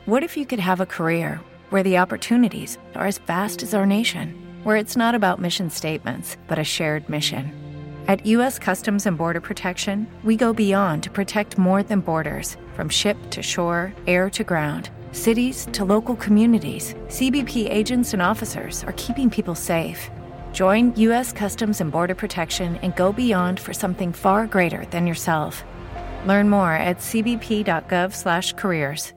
What if you could have a career where the opportunities are as vast as our nation, where it's not about mission statements, but a shared mission? At U.S. Customs and Border Protection, we go beyond to protect more than borders. From ship to shore, air to ground, cities to local communities, CBP agents and officers are keeping people safe. Join U.S. Customs and Border Protection and go beyond for something far greater than yourself. Learn more at cbp.gov/careers.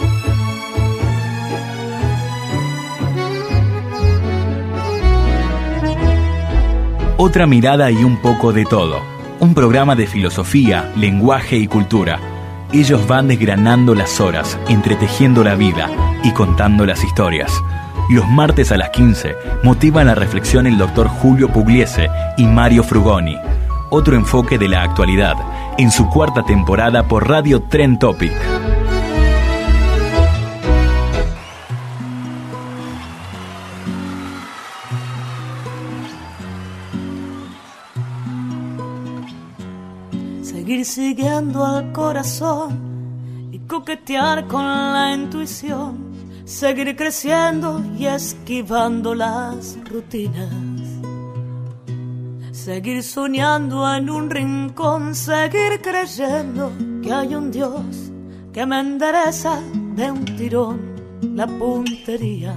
Otra mirada y un poco de todo. Un programa de filosofía, lenguaje y cultura. Ellos van desgranando las horas, entretejiendo la vida y contando las historias. Los martes a las 15 motivan la reflexión el doctor Julio Pugliese y Mario Frugoni. Otro enfoque de la actualidad, en su cuarta temporada por Radio Trend Topic. Seguir siguiendo al corazón y coquetear con la intuición. Seguir creciendo y esquivando las rutinas. Seguir soñando en un rincón. Seguir creyendo que hay un Dios que me endereza de un tirón la puntería.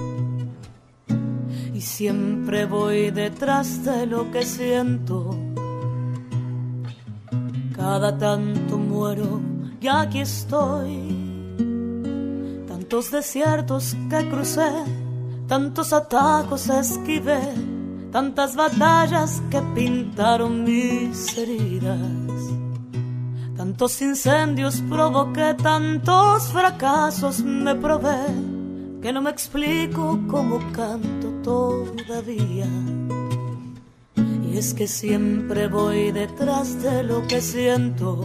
Y siempre voy detrás de lo que siento. Cada tanto muero y aquí estoy. Tantos desiertos que crucé, tantos atajos esquivé, tantas batallas que pintaron mis heridas. Tantos incendios provoqué, tantos fracasos me probé, que no me explico cómo canto todavía. Y es que siempre voy detrás de lo que siento.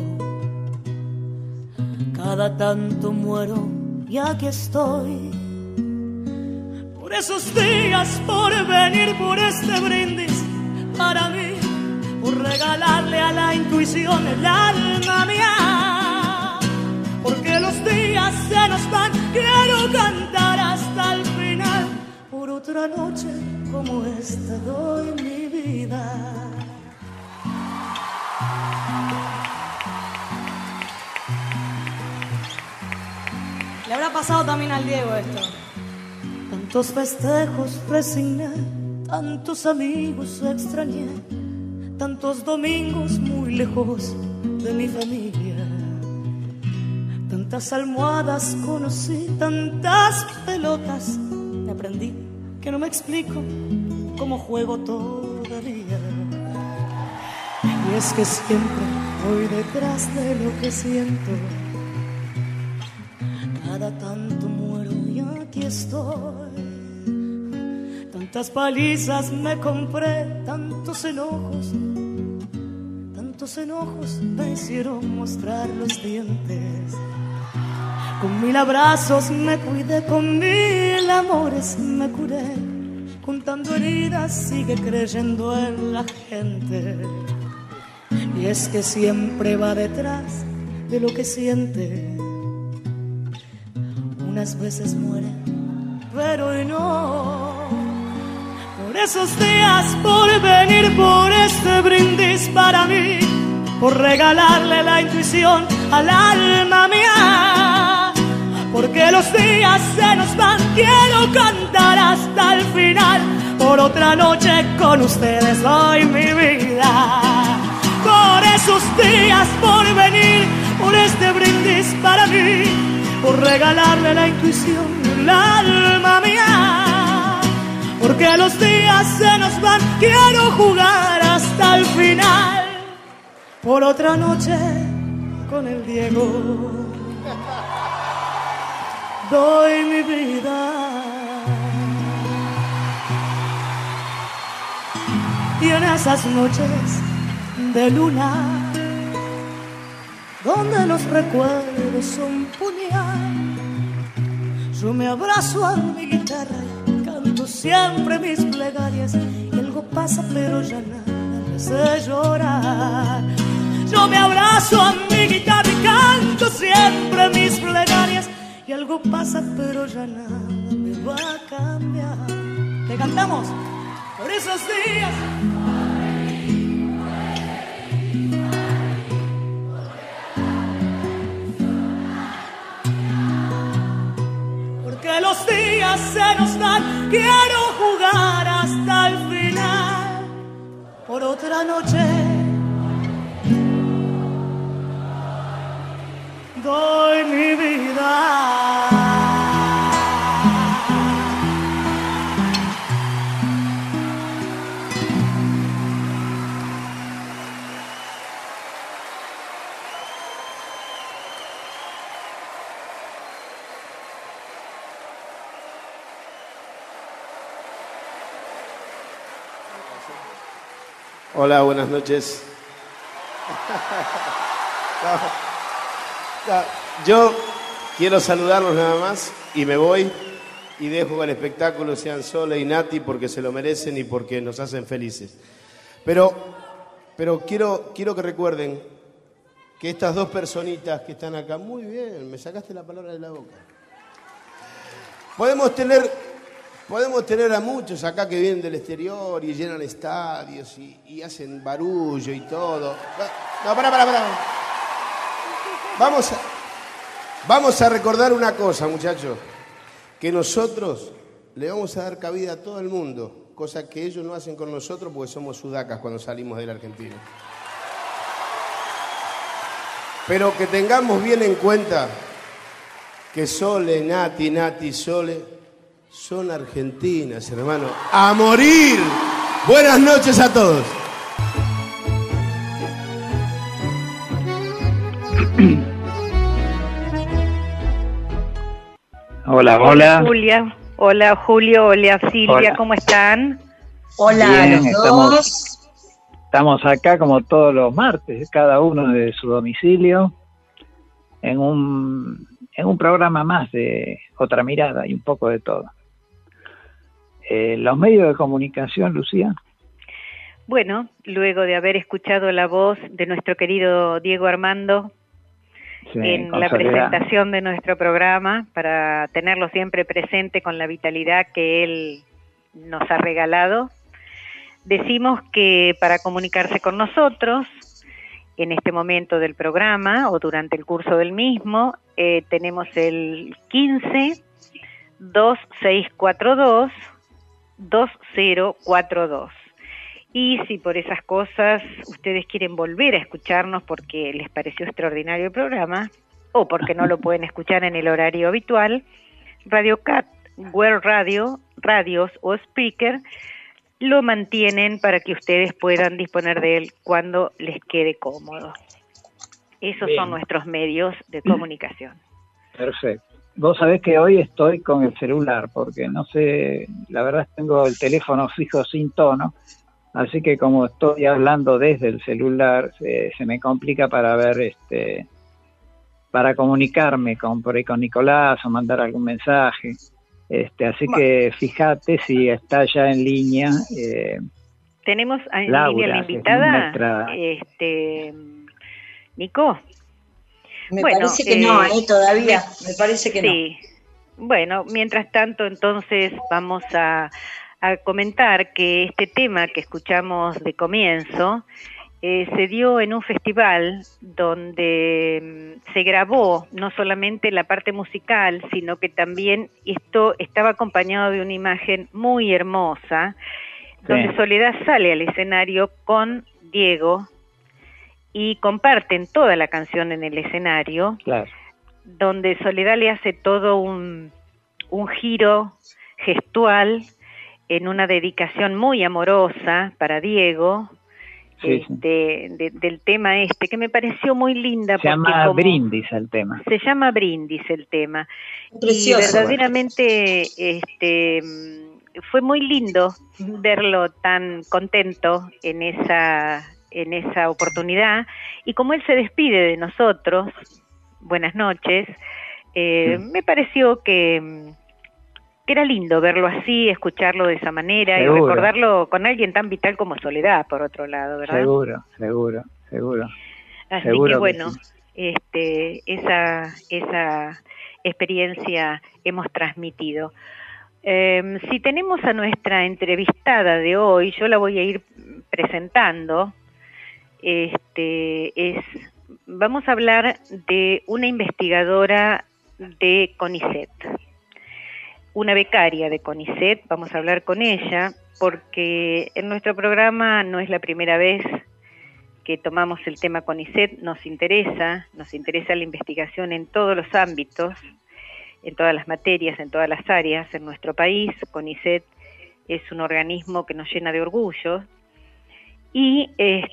Cada tanto muero y aquí estoy. Por esos días, por venir, por este brindis para mí, por regalarle a la intuición el alma mía. Porque los días se nos van, quiero cantar hasta el final. Por otra noche como esta doy mi vida. Le habrá pasado también al Diego esto. Tantos festejos resigné, tantos amigos extrañé, tantos domingos muy lejos de mi familia. Tantas almohadas conocí, tantas pelotas me aprendí, que no me explico cómo juego todavía. Y es que siempre voy detrás de lo que siento. Cada tanto muero y aquí estoy. Tantas palizas me compré, tantos enojos me hicieron mostrar los dientes. Con 1000 abrazos me cuidé, con 1000 amores me curé. Contando heridas sigue creyendo en la gente. Y es que siempre va detrás de lo que siente. Unas veces muere, pero hoy no. Por esos días, por venir, por este brindis para mí, por regalarle la intuición al alma mía. Porque los días se nos van, quiero cantar hasta el final. Por otra noche con ustedes doy mi vida. Por esos días, por venir, por este brindis para mí, por regalarle la intuición al alma mía. Porque los días se nos van, quiero jugar hasta el final. Por otra noche con el Diego doy mi vida. Y en esas noches de luna, donde los recuerdos son puñal, yo me abrazo a mi guitarra y canto siempre mis plegarias. Y algo pasa pero ya nada me hace llorar. Yo me abrazo a mi guitarra y canto siempre mis plegarias. y algo pasa pero ya nada me va a cambiar. ¿Te cantamos? Por esos días. Porque los días se nos van, quiero jugar hasta el final por otra noche. Doy mi vida. Hola, buenas noches. Yo quiero saludarlos nada más y me voy y dejo que el espectáculo sean Sole y Nati porque se lo merecen y porque nos hacen felices. Pero quiero que recuerden que estas dos personitas que están acá, muy bien, me sacaste la palabra de la boca. Podemos tener a muchos acá que vienen del exterior y llenan estadios y hacen barullo y todo. No, pará. Vamos a recordar una cosa, muchachos, que nosotros le vamos a dar cabida a todo el mundo, cosa que ellos no hacen con nosotros porque somos sudacas cuando salimos de la Argentina. Pero que tengamos bien en cuenta que Sole, Nati, Sole son argentinas, hermano. ¡A morir! Buenas noches a todos. Hola Julia, hola Julio, hola Silvia, hola. ¿Cómo están? Hola, bien, los dos. Estamos acá como todos los martes, cada uno de su domicilio, en un programa más de Otra Mirada y un poco de todo. Los medios de comunicación, Lucía. Bueno, luego de haber escuchado la voz de nuestro querido Diego Armando en la presentación de nuestro programa, para tenerlo siempre presente con la vitalidad que él nos ha regalado, decimos que para comunicarse con nosotros en este momento del programa o durante el curso del mismo, tenemos el 15-2642-2042. Y si por esas cosas ustedes quieren volver a escucharnos porque les pareció extraordinario el programa, o porque no lo pueden escuchar en el horario habitual, Radio Cat, World Radio, Radios o Speaker lo mantienen para que ustedes puedan disponer de él cuando les quede cómodo. Esos son nuestros medios de comunicación. Perfecto. Vos sabés que hoy estoy con el celular, porque no sé, la verdad tengo el teléfono fijo sin tono, así que como estoy hablando desde el celular, se me complica para ver, para comunicarme por ahí con Nicolás o mandar algún mensaje. Así que fíjate si está ya en línea. Tenemos en Laura, línea la invitada, Nico. Me parece que no, todavía. Me parece que sí. No. Bueno, mientras tanto, entonces vamos a comentar que este tema que escuchamos de comienzo se dio en un festival donde se grabó no solamente la parte musical, sino que también esto estaba acompañado de una imagen muy hermosa, donde Soledad sale al escenario con Diego y comparten toda la canción en el escenario, donde Soledad le hace todo un giro gestual en una dedicación muy amorosa para Diego, del tema que me pareció muy linda. Se llama Brindis el tema. Se llama Brindis el tema. Precioso. Y verdaderamente fue muy lindo verlo tan contento en esa oportunidad, y como él se despide de nosotros, buenas noches, me pareció que era lindo verlo así, escucharlo de esa manera. Seguro. Y recordarlo con alguien tan vital como Soledad, por otro lado, ¿verdad? Seguro. Así seguro que bueno, sí. experiencia hemos transmitido. Si tenemos a nuestra entrevistada de hoy, yo la voy a ir presentando. Vamos a hablar de una investigadora de CONICET, una becaria de CONICET. Vamos a hablar con ella porque en nuestro programa no es la primera vez que tomamos el tema CONICET. Nos interesa la investigación en todos los ámbitos, en todas las materias, en todas las áreas. En nuestro país, CONICET es un organismo que nos llena de orgullo. Y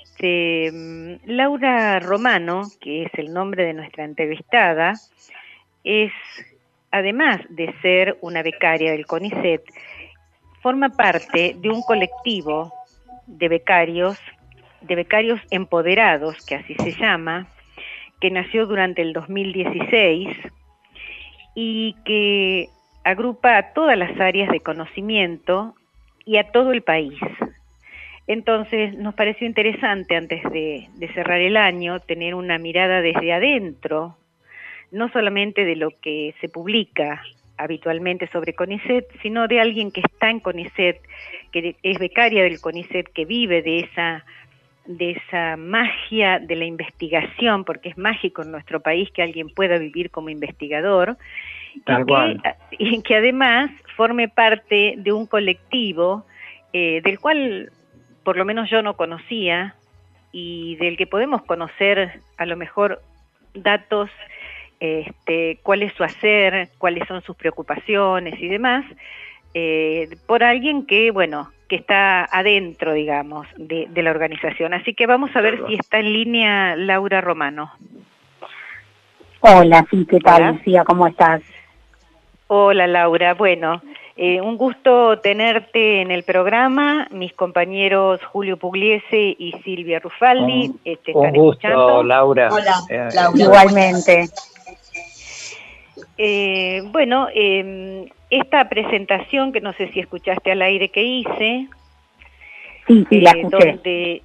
Laura Romano, que es el nombre de nuestra entrevistada, es, además de ser una becaria del CONICET, forma parte de un colectivo de becarios empoderados, que así se llama, que nació durante el 2016 y que agrupa a todas las áreas de conocimiento y a todo el país. Entonces nos pareció interesante, antes de cerrar el año, tener una mirada desde adentro, no solamente de lo que se publica habitualmente sobre CONICET, sino de alguien que está en CONICET, que es becaria del CONICET, que vive de esa magia de la investigación, porque es mágico en nuestro país que alguien pueda vivir como investigador, y que además forme parte de un colectivo del cual por lo menos yo no conocía, y del que podemos conocer a lo mejor datos, cuál es su hacer, cuáles son sus preocupaciones y demás, por alguien que, que está adentro, digamos, de la organización. Así que vamos a ver si está en línea Laura Romano. Hola, sí, ¿qué tal, Hola. Lucía? ¿Cómo estás? Hola, Laura. Bueno, un gusto tenerte en el programa. Mis compañeros Julio Pugliese y Silvia Ruffaldi te están Un gusto, escuchando. Laura. Hola, Laura. Igualmente. Esta presentación, que no sé si escuchaste al aire que hice, Sí, la escuché.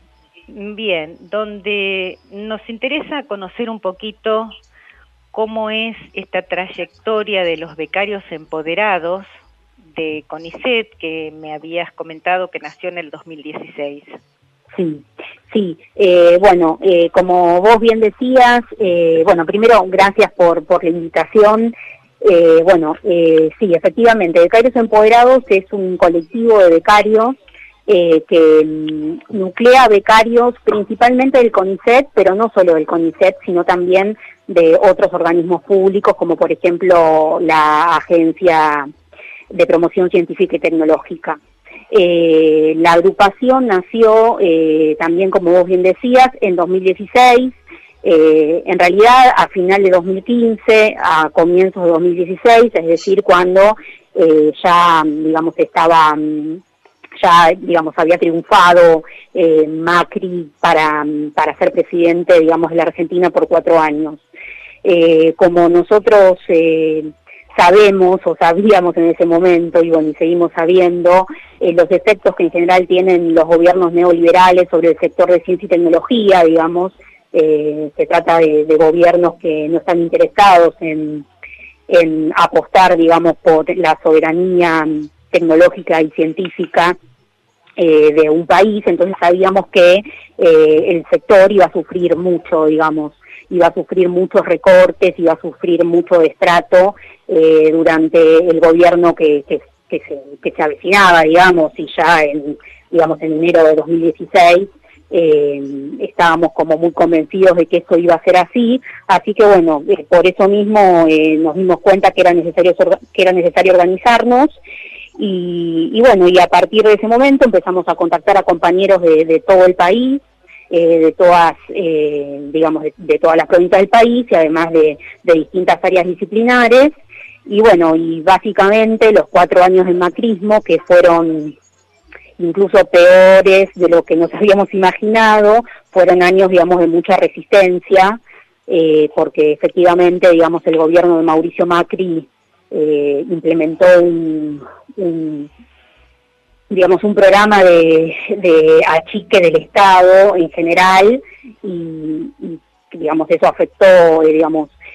donde nos interesa conocer un poquito cómo es esta trayectoria de los becarios empoderados de CONICET, que me habías comentado que nació en el 2016. Sí. Como vos bien decías, primero, gracias por la invitación. Sí, efectivamente, Becarios Empoderados es un colectivo de becarios que nuclea becarios principalmente del CONICET, pero no solo del CONICET, sino también de otros organismos públicos, como por ejemplo la Agencia de Promoción Científica y Tecnológica. La agrupación nació también, como vos bien decías, en 2016, en realidad a final de 2015, a comienzos de 2016, es decir, cuando había triunfado Macri para ser presidente, digamos, de la Argentina por 4 años. Como nosotros sabemos o sabíamos en ese momento, y seguimos sabiendo, los efectos que en general tienen los gobiernos neoliberales sobre el sector de ciencia y tecnología, digamos, se trata de gobiernos que no están interesados en apostar, digamos, por la soberanía tecnológica y científica de un país. Entonces sabíamos que el sector iba a sufrir mucho, digamos, iba a sufrir muchos recortes, iba a sufrir mucho destrato durante el gobierno que se avecinaba, digamos, y ya en enero de 2016 estábamos como muy convencidos de que eso iba a ser así que por eso mismo nos dimos cuenta que era necesario organizarnos. Y a partir de ese momento empezamos a contactar a compañeros de todo el país, de todas las provincias del país, y además de distintas áreas disciplinares. Y básicamente los 4 años del macrismo, que fueron incluso peores de lo que nos habíamos imaginado, fueron años, digamos, de mucha resistencia, porque efectivamente, digamos, el gobierno de Mauricio Macri implementó un programa de achique del Estado en general, y digamos, eso afectó,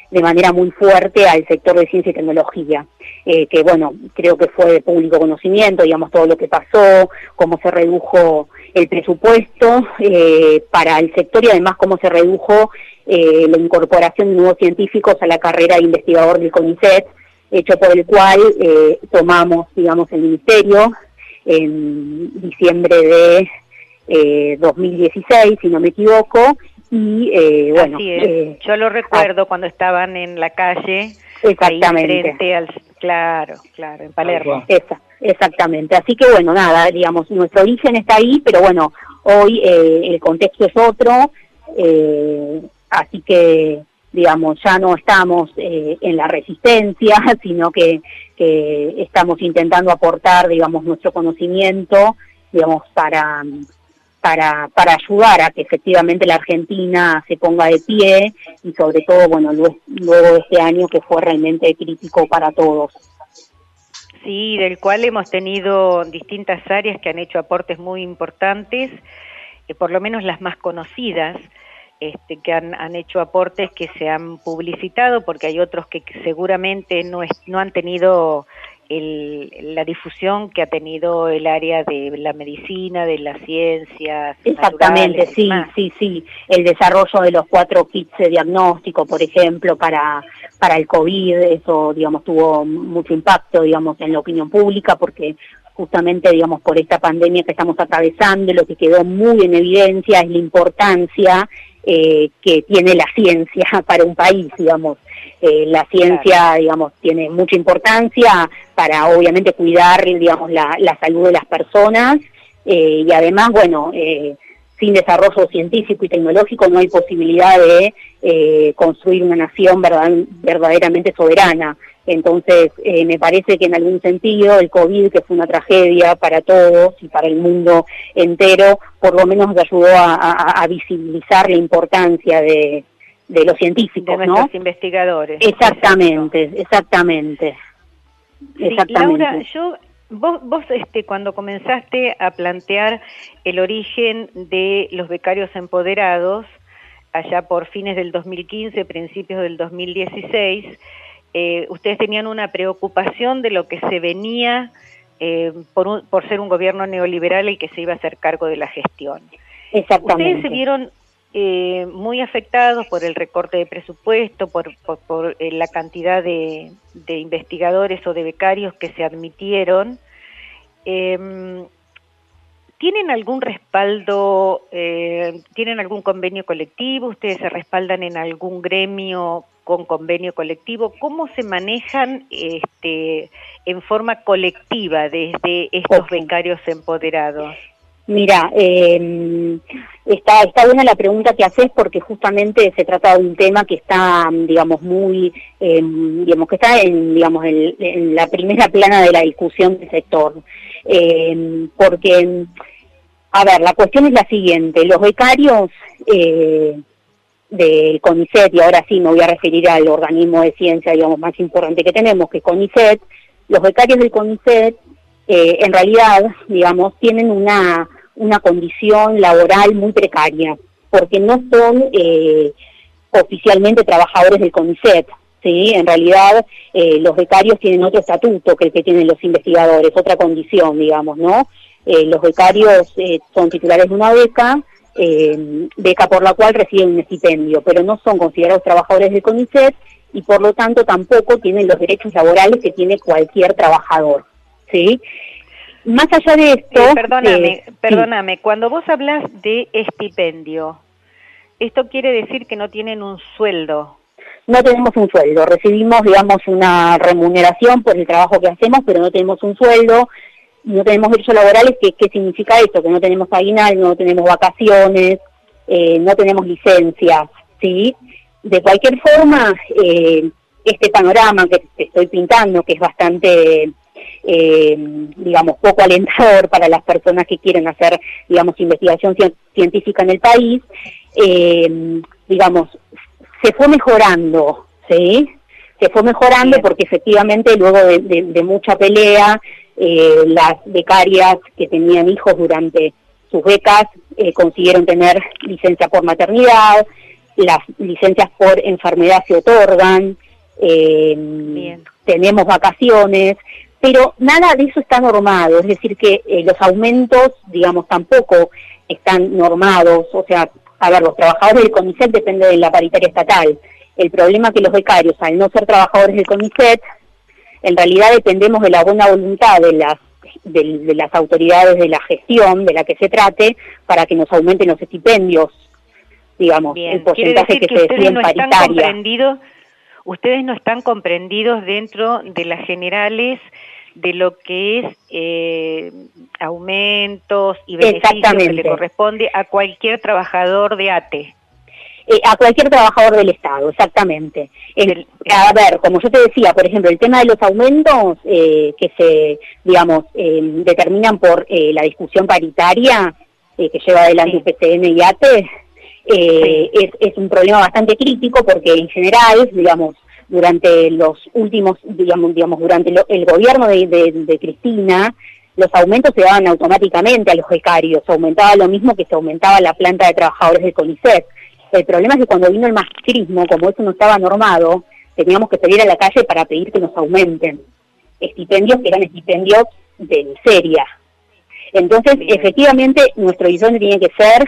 de manera muy fuerte al sector de ciencia y tecnología, que bueno, creo que fue de público conocimiento, digamos, todo lo que pasó, cómo se redujo el presupuesto para el sector y además cómo se redujo la incorporación de nuevos científicos a la carrera de investigador del CONICET, hecho por el cual tomamos, digamos, el ministerio en diciembre de 2016, si no me equivoco, y bueno. Así es. Yo lo recuerdo cuando estaban en la calle, exactamente. Ahí frente al, claro, en Palermo. Exactamente. Así que bueno, nada, digamos, nuestro origen está ahí, pero bueno, hoy el contexto es otro, así que digamos, ya no estamos en la resistencia, sino que estamos intentando aportar, digamos, nuestro conocimiento, digamos, para ayudar a que efectivamente la Argentina se ponga de pie y sobre todo, bueno, luego de este año que fue realmente crítico para todos. Sí, del cual hemos tenido distintas áreas que han hecho aportes muy importantes, por lo menos las más conocidas, que han hecho aportes que se han publicitado, porque hay otros que seguramente no han tenido la difusión que ha tenido el área de la medicina, de las ciencias. Exactamente, sí. El desarrollo de los 4 kits de diagnóstico, por ejemplo, para el COVID, eso, digamos, tuvo mucho impacto, digamos, en la opinión pública, porque justamente, digamos, por esta pandemia que estamos atravesando, lo que quedó muy en evidencia es la importancia que tiene la ciencia para un país, digamos. La ciencia, digamos, tiene mucha importancia para, obviamente, cuidar, digamos, la salud de las personas y además, bueno, sin desarrollo científico y tecnológico no hay posibilidad de construir una nación verdaderamente soberana. Entonces, me parece que en algún sentido el COVID, que fue una tragedia para todos y para el mundo entero, por lo menos nos ayudó a visibilizar la importancia de los científicos, de nuestros investigadores. Exactamente. Sí, Laura, vos cuando comenzaste a plantear el origen de los becarios empoderados, allá por fines del 2015, principios del 2016, ustedes tenían una preocupación de lo que se venía por ser un gobierno neoliberal el que se iba a hacer cargo de la gestión. Exactamente. Ustedes se vieron muy afectados por el recorte de presupuesto, por la cantidad de investigadores o de becarios que se admitieron. ¿Tienen algún respaldo, tienen algún convenio colectivo? ¿Ustedes se respaldan en algún gremio con convenio colectivo? ¿Cómo se manejan en forma colectiva desde estos becarios empoderados? Mira, está buena la pregunta que haces porque justamente se trata de un tema que está, digamos, muy, digamos, que está en la primera plana de la discusión del sector. Porque, a ver, la cuestión es la siguiente, los becarios del CONICET, y ahora sí me voy a referir al organismo de ciencia, digamos, más importante que tenemos, que es CONICET, los becarios del CONICET, en realidad, digamos, tienen una condición laboral muy precaria, porque no son oficialmente trabajadores del CONICET, ¿sí? En realidad, los becarios tienen otro estatuto que el que tienen los investigadores, otra condición, digamos, ¿no? Los becarios son titulares de una beca por la cual reciben un estipendio, pero no son considerados trabajadores del CONICET y por lo tanto tampoco tienen los derechos laborales que tiene cualquier trabajador, ¿sí? Más allá de esto... Perdóname, cuando vos hablas de estipendio, ¿esto quiere decir que no tienen un sueldo? No tenemos un sueldo, recibimos, digamos, una remuneración por el trabajo que hacemos, pero no tenemos un sueldo, no tenemos derechos laborales. ¿Qué significa esto? Que no tenemos aguinaldo, no tenemos vacaciones, no tenemos licencias, ¿sí? De cualquier forma, este panorama que te estoy pintando, que es bastante... digamos, poco alentador para las personas que quieren hacer, digamos, investigación científica en el país, digamos, se fue mejorando, ¿sí? Se fue mejorando porque efectivamente luego de mucha pelea, las becarias que tenían hijos durante sus becas consiguieron tener licencia por maternidad, las licencias por enfermedad se otorgan, tenemos vacaciones, pero nada de eso está normado, es decir que los aumentos, digamos, tampoco están normados, o sea, a ver, los trabajadores del CONICET dependen de la paritaria estatal. El problema es que los becarios, al no ser trabajadores del CONICET, en realidad dependemos de la buena voluntad de las autoridades de la gestión de la que se trate para que nos aumenten los estipendios, digamos, el porcentaje que se decide en paritaria. Ustedes no están comprendidos dentro de las generales de lo que es aumentos y beneficios que le corresponde a cualquier trabajador de ATE. A cualquier trabajador del Estado, exactamente. A ver, como yo te decía, por ejemplo, el tema de los aumentos que se, digamos, determinan por la discusión paritaria que lleva adelante UPCN y ATE, es un problema bastante crítico porque en general, digamos, durante los últimos, digamos durante el gobierno de Cristina, los aumentos se daban automáticamente a los becarios, aumentaba lo mismo que se aumentaba la planta de trabajadores del CONICET. El problema es que cuando vino el macrismo, como eso no estaba normado, teníamos que salir a la calle para pedir que nos aumenten estipendios que eran estipendios de miseria. Entonces, efectivamente, nuestro horizonte tiene que ser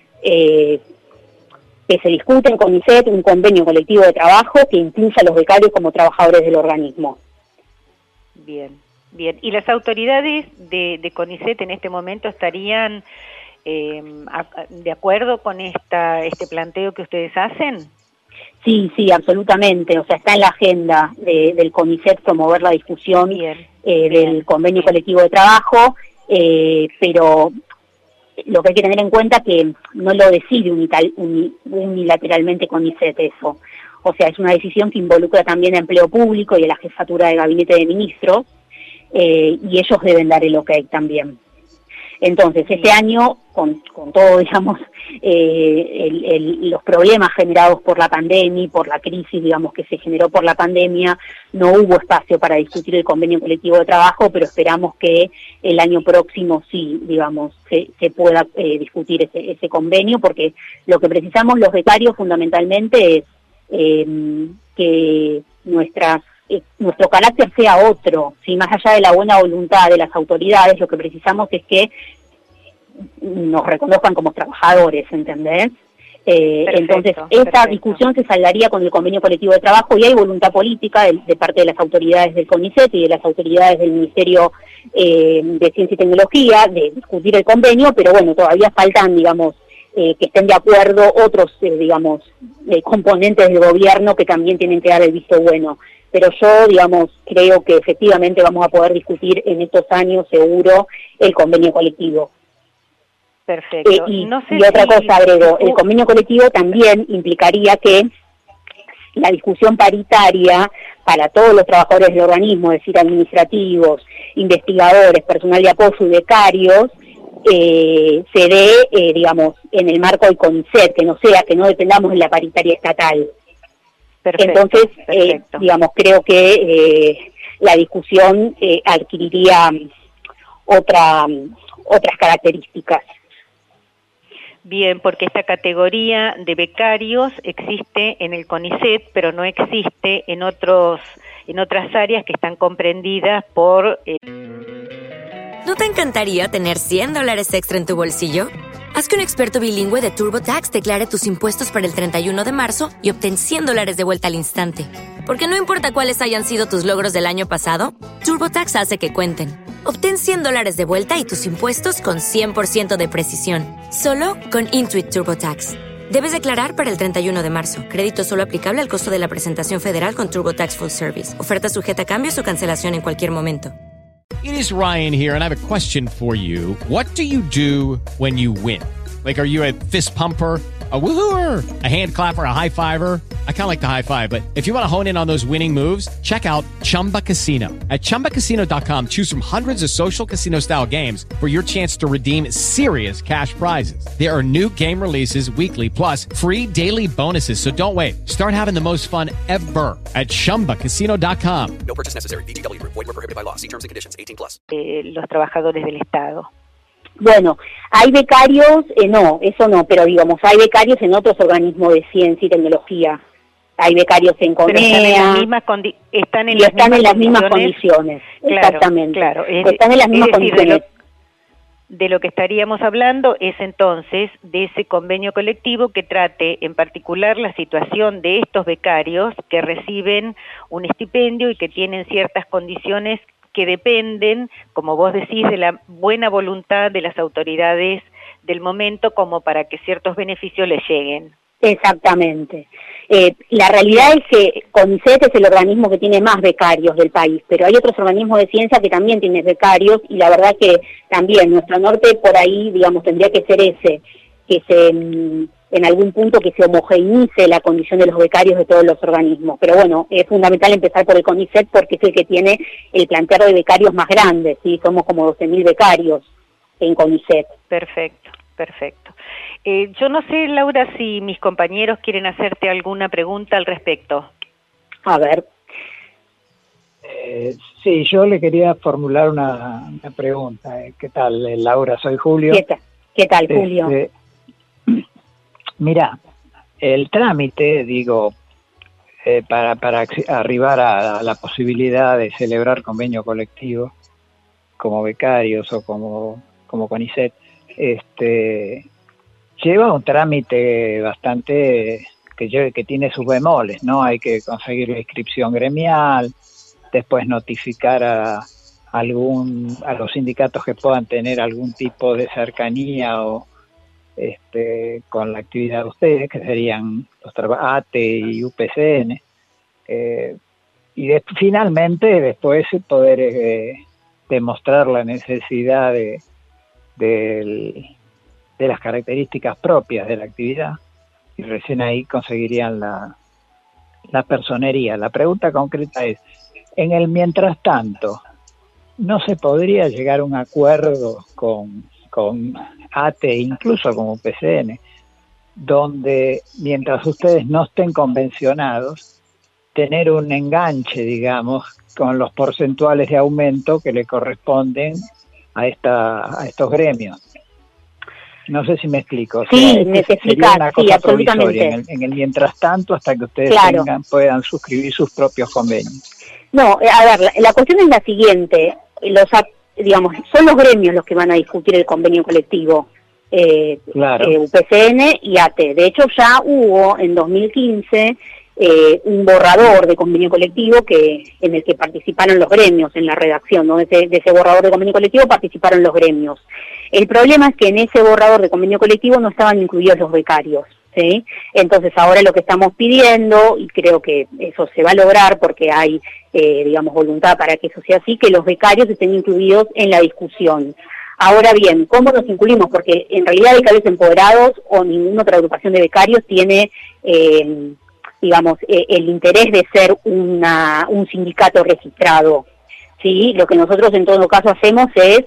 que se discute en CONICET un convenio colectivo de trabajo que incluya a los becarios como trabajadores del organismo. Bien. ¿Y las autoridades de CONICET en este momento estarían de acuerdo con este planteo que ustedes hacen? Sí, absolutamente. O sea, está en la agenda del CONICET promover la discusión del convenio colectivo de trabajo, pero lo que hay que tener en cuenta es que no lo decide unilateralmente CONICET eso. O sea, es una decisión que involucra también a empleo público y a la jefatura de gabinete de ministros, y ellos deben dar el ok también. Entonces, este año, con todo, digamos, los problemas generados por la pandemia y por la crisis, digamos, que se generó por la pandemia, no hubo espacio para discutir el convenio colectivo de trabajo, pero esperamos que el año próximo sí, digamos, se pueda discutir ese convenio, porque lo que precisamos los becarios fundamentalmente es que nuestro carácter sea otro, ¿sí? Más allá de la buena voluntad de las autoridades, lo que precisamos es que nos reconozcan como trabajadores, ¿entendés? Entonces, esta discusión se saldaría con el convenio colectivo de trabajo y hay voluntad política de parte de las autoridades del CONICET y de las autoridades del Ministerio de Ciencia y Tecnología de discutir el convenio, pero bueno, todavía faltan, digamos, que estén de acuerdo otros, digamos, componentes del gobierno que también tienen que dar el visto bueno. Pero yo, digamos, creo que efectivamente vamos a poder discutir en estos años, seguro, el convenio colectivo. Perfecto. Y otra cosa agrego, el convenio colectivo también implicaría que la discusión paritaria para todos los trabajadores del organismo, es decir, administrativos, investigadores, personal de apoyo y becarios, se dé, digamos, en el marco del CONICET, que no dependamos de la paritaria estatal. Perfecto, entonces, digamos, creo que la discusión adquiriría otras características. Bien, porque esta categoría de becarios existe en el CONICET, pero no existe en otras áreas que están comprendidas por... ¿No te encantaría tener $100 extra en tu bolsillo? Haz que un experto bilingüe de TurboTax declare tus impuestos para el 31 de marzo y obtén $100 de vuelta al instante. Porque no importa cuáles hayan sido tus logros del año pasado, TurboTax hace que cuenten. Obtén $100 de vuelta y tus impuestos con 100% de precisión. Solo con Intuit TurboTax. Debes declarar para el 31 de marzo. Crédito solo aplicable al costo de la presentación federal con TurboTax Full Service. Oferta sujeta a cambios o cancelación en cualquier momento. It is Ryan here, and I have a question for you. What do you do when you win? Like, are you a fist pumper, a woohooer, a hand clapper, a high fiver? I kind of like the high five, but if you want to hone in on those winning moves, check out Chumba Casino. At ChumbaCasino.com, choose from hundreds of social casino-style games for your chance to redeem serious cash prizes. There are new game releases weekly, plus free daily bonuses, so don't wait. Start having the most fun ever at ChumbaCasino.com. No purchase necessary. VGW Group. Void where prohibited by law. See terms and conditions. 18+. Los trabajadores del Estado. Bueno, hay becarios, no, eso no, pero digamos, hay becarios en otros organismos de ciencia y tecnología. Hay becarios en CONEA. Están en las mismas condiciones. Claro, exactamente. Claro. Están en las mismas condiciones. De lo que estaríamos hablando es entonces de ese convenio colectivo que trate en particular la situación de estos becarios que reciben un estipendio y que tienen ciertas condiciones que dependen, como vos decís, de la buena voluntad de las autoridades del momento como para que ciertos beneficios les lleguen. Exactamente. La realidad es que CONICET es el organismo que tiene más becarios del país, pero hay otros organismos de ciencia que también tienen becarios y la verdad que también nuestro norte por ahí, digamos, tendría que ser ese, que en algún punto que se homogeneice la condición de los becarios de todos los organismos. Pero bueno, es fundamental empezar por el CONICET porque es el que tiene el planteado de becarios más grande, ¿sí? Somos como 12.000 becarios en CONICET. Perfecto. Yo no sé, Laura, si mis compañeros quieren hacerte alguna pregunta al respecto. A ver. Sí, yo le quería formular una pregunta. ¿Qué tal, Laura? Soy Julio. ¿Qué tal, Julio? Mira, el trámite, digo, para arribar a la posibilidad de celebrar convenio colectivo como becarios o como CONICET, lleva un trámite bastante que tiene sus bemoles, ¿no? Hay que conseguir la inscripción gremial, después notificar a los sindicatos que puedan tener algún tipo de cercanía o con la actividad de ustedes, que serían los ATE y UPCN, y finalmente después poder demostrar la necesidad de las características propias de la actividad, y recién ahí conseguirían la personería. La pregunta concreta es, en el mientras tanto, ¿no se podría llegar a un acuerdo con ATE, incluso con UPCN, donde mientras ustedes no estén convencionados, tener un enganche, digamos, con los porcentuales de aumento que le corresponden a estos gremios? No sé si me explico. Sí, sería una cosa provisoria en el mientras tanto, hasta que ustedes puedan suscribir sus propios convenios. No, a ver, la cuestión es la siguiente. Son los gremios los que van a discutir el convenio colectivo, UPCN y ATE. De hecho, ya hubo en 2015 un borrador de convenio colectivo en el que participaron los gremios en la redacción, ¿no? De ese borrador de convenio colectivo participaron los gremios. El problema es que en ese borrador de convenio colectivo no estaban incluidos los becarios, ¿sí? Entonces ahora lo que estamos pidiendo, y creo que eso se va a lograr porque hay, voluntad para que eso sea así, que los becarios estén incluidos en la discusión. Ahora bien, ¿cómo nos incluimos? Porque en realidad becarios empoderados o ninguna otra agrupación de becarios tiene el interés de ser un sindicato registrado, ¿sí? Lo que nosotros en todo caso hacemos es,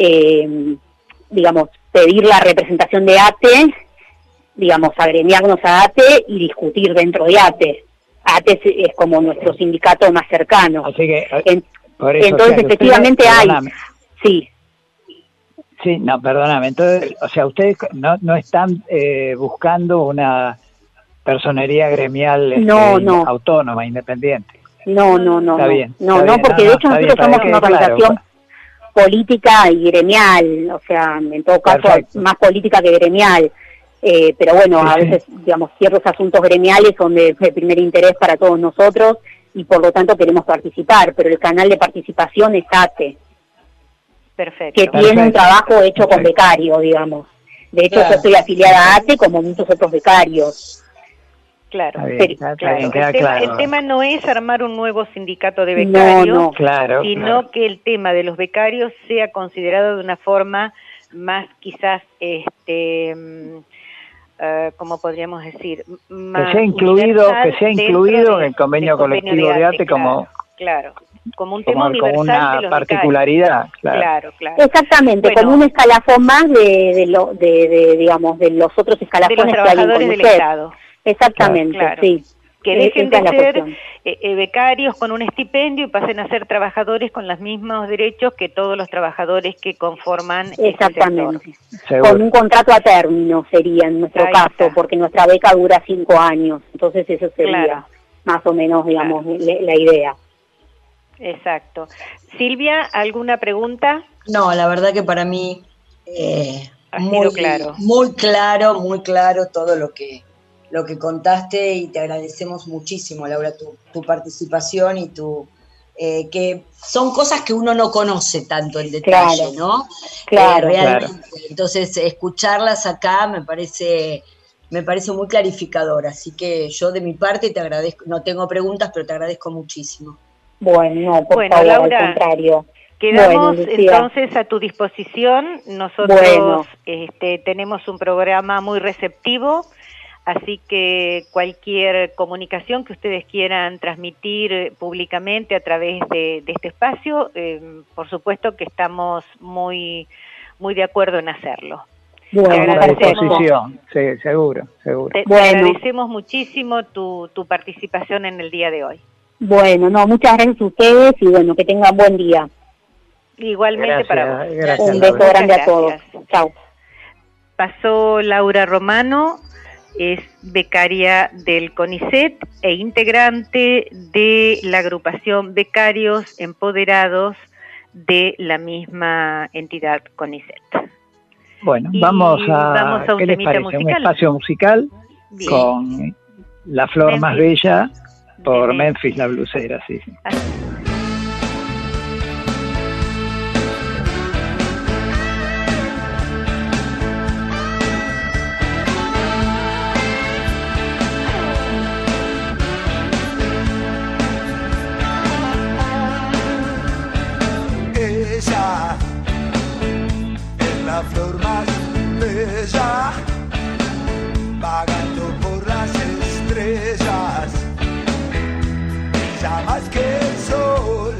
pedir la representación de ATE, agremiarnos a ATE y discutir dentro de ATE. ATE es como nuestro sindicato más cercano. Así que, entonces, efectivamente hay... Sí. Sí, no, perdóname. Entonces, ustedes no están buscando una personería gremial autónoma, independiente. No. Está bien. Porque de hecho nosotros somos una organización política y gremial, en todo caso más política que gremial. Pero bueno, a veces, ciertos asuntos gremiales son de primer interés para todos nosotros y por lo tanto queremos participar, pero el canal de participación es ATE. Perfecto. Que tiene un trabajo hecho con becario, digamos. De hecho, yo estoy afiliada a ATE como muchos otros becarios. Claro, el tema no es armar un nuevo sindicato de becarios, sino que el tema de los becarios sea considerado de una forma más quizás, ¿cómo podríamos decir? Más que sea incluido en el convenio colectivo de ATE como un tema universal como una de los particularidad, claro. Exactamente, como un escalafón más de los otros escalafones de los trabajadores del Estado. Exactamente, sí. Que dejen de ser becarios con un estipendio y pasen a ser trabajadores con los mismos derechos que todos los trabajadores que conforman exactamente. ese sector. Con un contrato a término sería en nuestro caso, porque nuestra beca dura 5 años, entonces eso sería más o menos, digamos, la idea. Exacto. Silvia, ¿alguna pregunta? No, la verdad que para mí muy claro todo lo que contaste, y te agradecemos muchísimo, Laura, tu participación y que son cosas que uno no conoce tanto en detalle, ¿no? Claro, realmente. Entonces, escucharlas acá me parece muy clarificador, así que yo de mi parte te agradezco, no tengo preguntas, pero te agradezco muchísimo. Bueno, no, por favor, Laura, al contrario. Quedamos entonces a tu disposición. Nosotros tenemos un programa muy receptivo, así que cualquier comunicación que ustedes quieran transmitir públicamente a través de este espacio, por supuesto que estamos muy, muy de acuerdo en hacerlo. Bueno, a disposición, sí, seguro. Te agradecemos muchísimo tu participación en el día de hoy. Bueno, muchas gracias a ustedes y bueno, que tengan buen día. Igualmente para vos. Gracias, un beso grande a todos. Chao. Pasó Laura Romano, es becaria del CONICET e integrante de la agrupación Becarios Empoderados de la misma entidad CONICET. Bueno, vamos a un ¿qué les parece? musical. Un espacio musical. Bien. Con La Flor Más Bella por Memphis la Blusera, sí. Ella es la flor más bella, vagando por las estrellas. Ya más que el sol,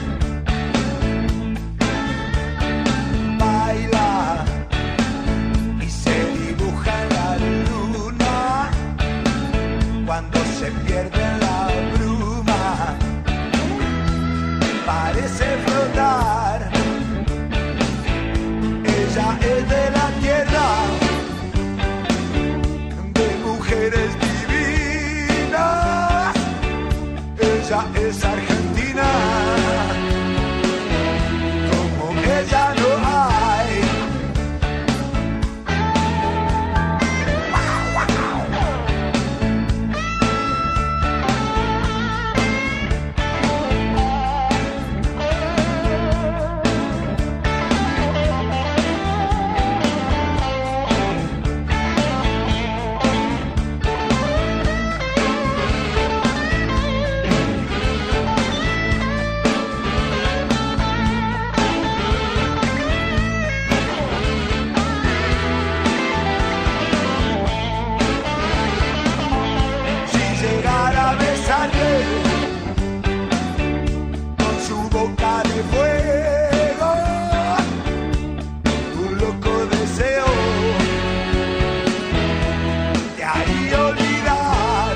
baila y se dibuja en la luna cuando se pierde en la bruma, parece flotar. Ella es de la tierra, de mujeres divinas. Ella es argentina, como ella no hay. Con su boca de fuego, un loco deseo de ahí olvidar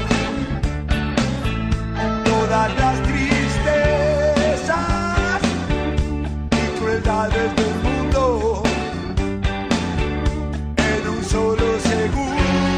todas las tristezas y crueldades del mundo en un solo segundo.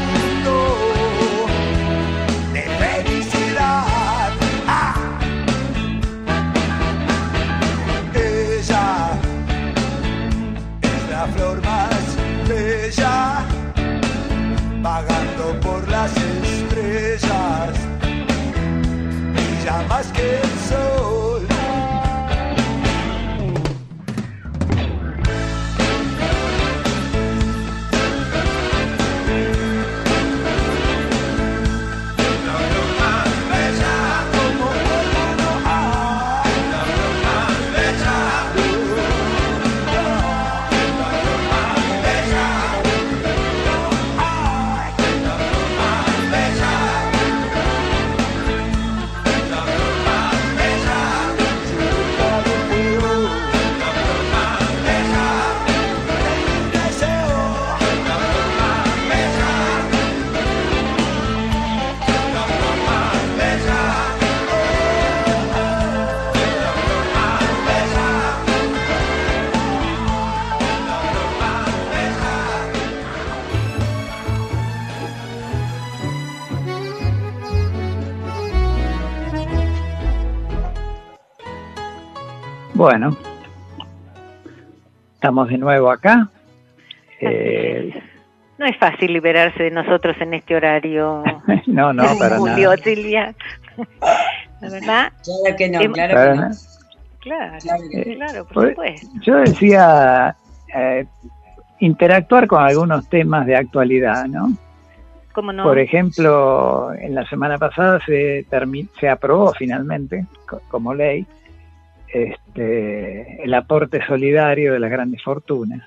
La flor más bella, vagando por las estrellas, brilla más que el sol. Bella Bueno, estamos de nuevo acá. No es fácil liberarse de nosotros en este horario. No, para Julio, nada. Silvia. La verdad. Claro que no, claro Para que no. nada. Claro, por supuesto. Yo decía interactuar con algunos temas de actualidad, ¿no? ¿Cómo no? Por ejemplo, en la semana pasada se aprobó finalmente, como ley, el aporte solidario de las grandes fortunas,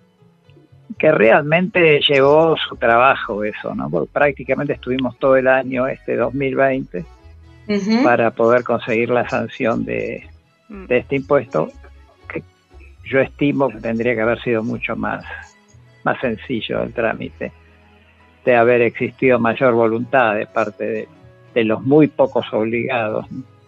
que realmente llevó su trabajo eso, ¿no? Porque prácticamente estuvimos todo el año 2020 para poder conseguir la sanción de este impuesto, que yo estimo que tendría que haber sido mucho más sencillo el trámite, de haber existido mayor voluntad de parte de los muy pocos obligados.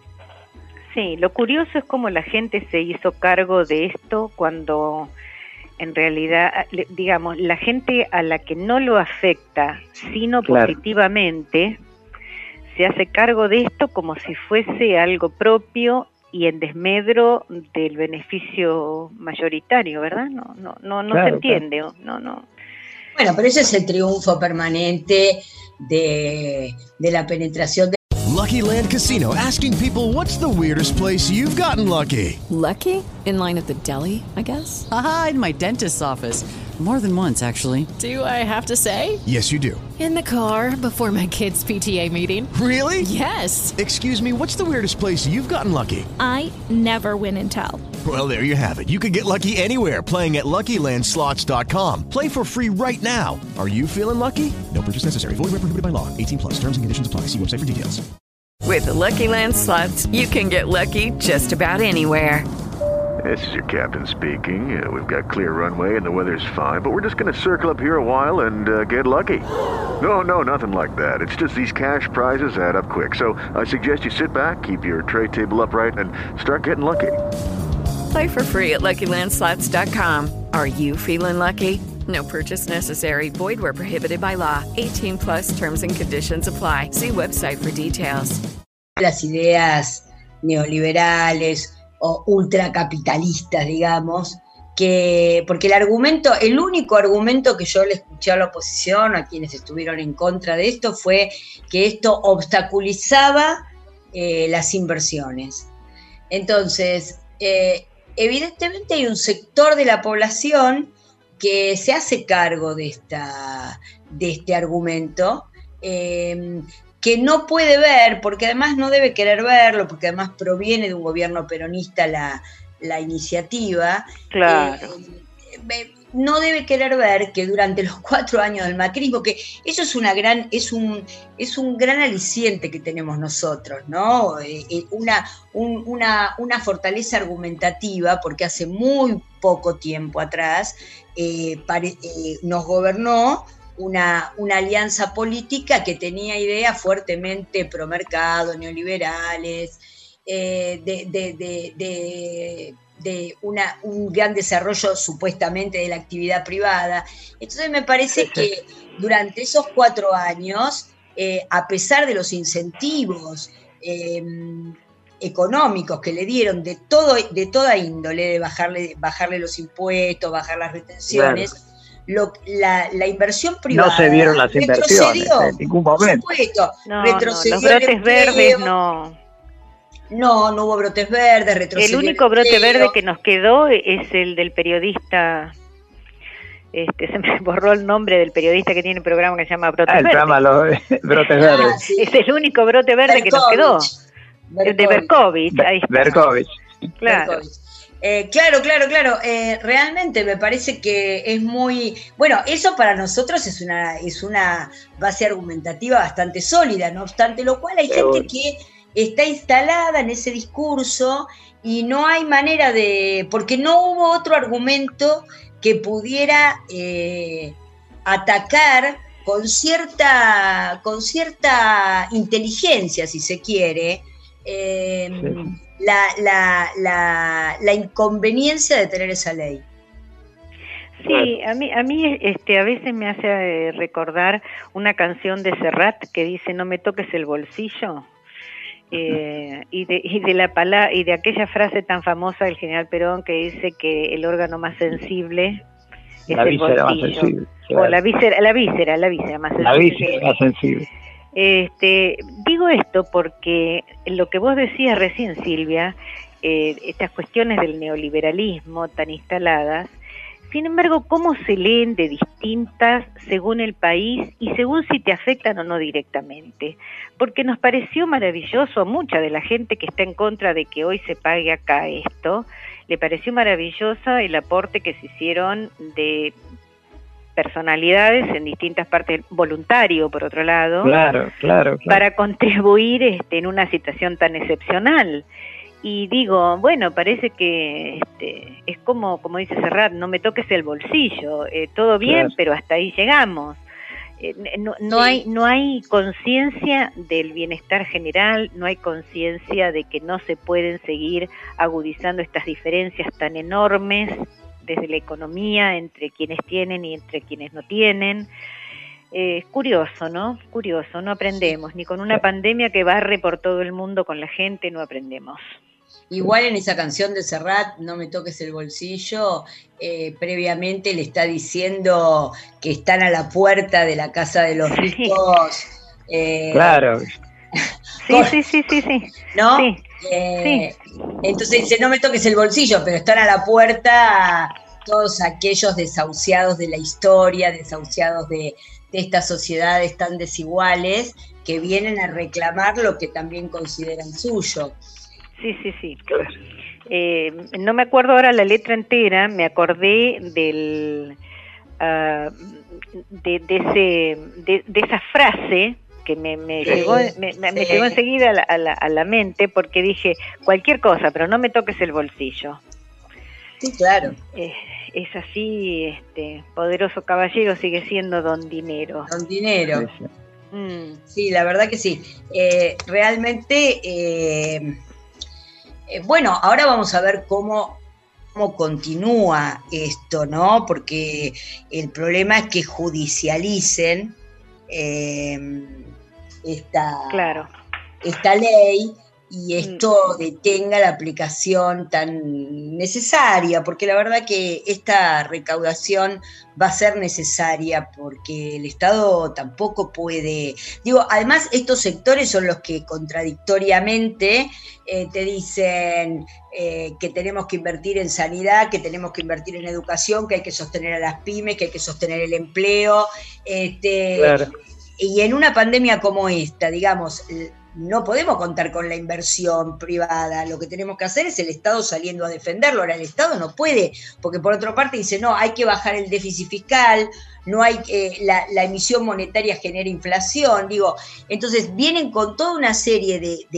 Sí, lo curioso es cómo la gente se hizo cargo de esto cuando en realidad, digamos, la gente a la que no lo afecta, sino positivamente, se hace cargo de esto como si fuese algo propio y en desmedro del beneficio mayoritario, ¿verdad? No se entiende, no. Bueno, pero ese es el triunfo permanente de la penetración de... Lucky Land Casino, asking people, what's the weirdest place you've gotten lucky? Lucky? In line at the deli, I guess? Aha, in my dentist's office. More than once, actually. Do I have to say? Yes, you do. In the car before my kids' PTA meeting. Really? Yes. Excuse me, what's the weirdest place you've gotten lucky? I never win and tell. Well, there you have it. You can get lucky anywhere, playing at LuckyLandSlots.com. Play for free right now. Are you feeling lucky? No purchase necessary. Void where prohibited by law. 18+. Terms and conditions apply. See website for details. With the Lucky Land Slots, you can get lucky just about anywhere. This is your captain speaking. We've got clear runway and the weather's fine, but we're just going to circle up here a while and get lucky. No, nothing like that. It's just these cash prizes add up quick. So I suggest you sit back, keep your tray table upright, and start getting lucky. Play for free at LuckyLandSlots.com. Are you feeling lucky? No purchase necessary. Void where prohibited by law. 18+ terms and conditions apply. See website for details. Las ideas neoliberales o ultracapitalistas, digamos, porque el único argumento que yo le escuché a la oposición, a quienes estuvieron en contra de esto, fue que esto obstaculizaba las inversiones. Entonces, evidentemente hay un sector de la población que se hace cargo de este argumento, que no puede ver, porque además no debe querer verlo, porque además proviene de un gobierno peronista la iniciativa. Claro. No debe querer ver que durante los 4 años del macrismo, que eso es un gran aliciente que tenemos nosotros, ¿no? Una fortaleza argumentativa, porque hace muy poco tiempo atrás nos gobernó una alianza política que tenía ideas fuertemente promercado, neoliberales, de un gran desarrollo supuestamente de la actividad privada. Entonces me parece que durante esos 4 años, a pesar de los incentivos económicos que le dieron de toda índole, de bajarle los impuestos, bajar las retenciones, claro, la inversión privada no se vieron las inversiones en ningún momento. Por supuesto, retrocedió. Los brotes verdes no hubo brotes verdes, retrocedió. El único brote verde que nos quedó es el del periodista, se me borró el nombre del periodista que tiene un programa que se llama Brotes Verdes. Programa Brotes Verdes. Sí. Es el único brote verde que nos quedó. El de Berkovich. Ahí está. Berkovich. Claro. Claro. Realmente me parece que es muy... Bueno, eso para nosotros es una base argumentativa bastante sólida, no obstante lo cual hay gente que está instalada en ese discurso y no hay manera porque no hubo otro argumento que pudiera atacar con cierta inteligencia, si se quiere, la inconveniencia de tener esa ley. Sí, a mí a veces me hace recordar una canción de Serrat que dice "No me toques el bolsillo". y de aquella frase tan famosa del general Perón que dice que el órgano más sensible es el bolsillo. Más sensible, claro. O la víscera más sensible. La víscera más sensible. Digo esto porque lo que vos decías recién, Silvia, estas cuestiones del neoliberalismo tan instaladas, sin embargo, ¿cómo se leen de distintas según el país y según si te afectan o no directamente? Porque nos pareció maravilloso a mucha de la gente que está en contra de que hoy se pague acá esto, le pareció maravilloso el aporte que se hicieron de personalidades en distintas partes, voluntario por otro lado, claro. para contribuir en una situación tan excepcional. Y digo, bueno, parece que es como dice Serrat, no me toques el bolsillo, todo bien, claro, pero hasta ahí llegamos. No hay conciencia del bienestar general, no hay conciencia de que no se pueden seguir agudizando estas diferencias tan enormes desde la economía entre quienes tienen y entre quienes no tienen. Curioso, ¿no? Curioso, no aprendemos, ni con una pandemia que barre por todo el mundo con la gente, no aprendemos. Igual en esa canción de Serrat, No me toques el bolsillo, previamente le está diciendo que están a la puerta de la casa de los ricos. Claro. Sí. ¿No? Sí. Entonces dice, no me toques el bolsillo, pero están a la puerta todos aquellos desahuciados de la historia, desahuciados de estas sociedades tan desiguales, que vienen a reclamar lo que también consideran suyo. Sí. Claro. No me acuerdo ahora la letra entera, me acordé de esa frase que me llegó enseguida a la mente, porque dije cualquier cosa, pero no me toques el bolsillo. Sí, claro. Es así, poderoso caballero sigue siendo don dinero. Don dinero. Sí, la verdad que sí. Realmente, bueno, ahora vamos a ver cómo continúa esto, ¿no? Porque el problema es que judicialicen esta ley y esto detenga la aplicación tan necesaria, porque la verdad que esta recaudación va a ser necesaria porque el Estado tampoco puede, además estos sectores son los que contradictoriamente te dicen que tenemos que invertir en sanidad, que tenemos que invertir en educación, que hay que sostener a las pymes, que hay que sostener el empleo, claro. Y en una pandemia como esta, no podemos contar con la inversión privada, lo que tenemos que hacer es el Estado saliendo a defenderlo. Ahora el Estado no puede, porque por otra parte dice, no, hay que bajar el déficit fiscal, no hay la emisión monetaria genera inflación, entonces vienen con toda una serie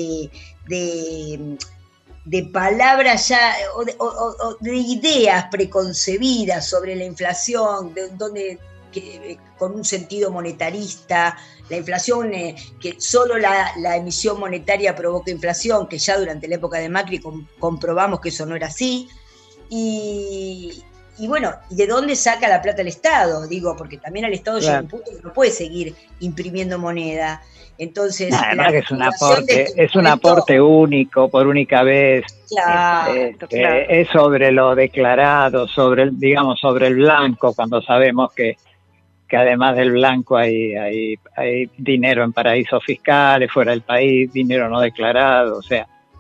de palabras ya, o de ideas preconcebidas sobre la inflación, con un sentido monetarista, la inflación, que solo la emisión monetaria provoca inflación, que ya durante la época de Macri comprobamos que eso no era así, y bueno, ¿y de dónde saca la plata el Estado? Porque también al Estado llega un punto que no puede seguir imprimiendo moneda. Entonces, que es un aporte único, por única vez. Claro. Es sobre lo declarado, sobre el blanco, cuando sabemos que además del blanco hay dinero en paraísos fiscales, fuera del país, dinero no declarado, Sí,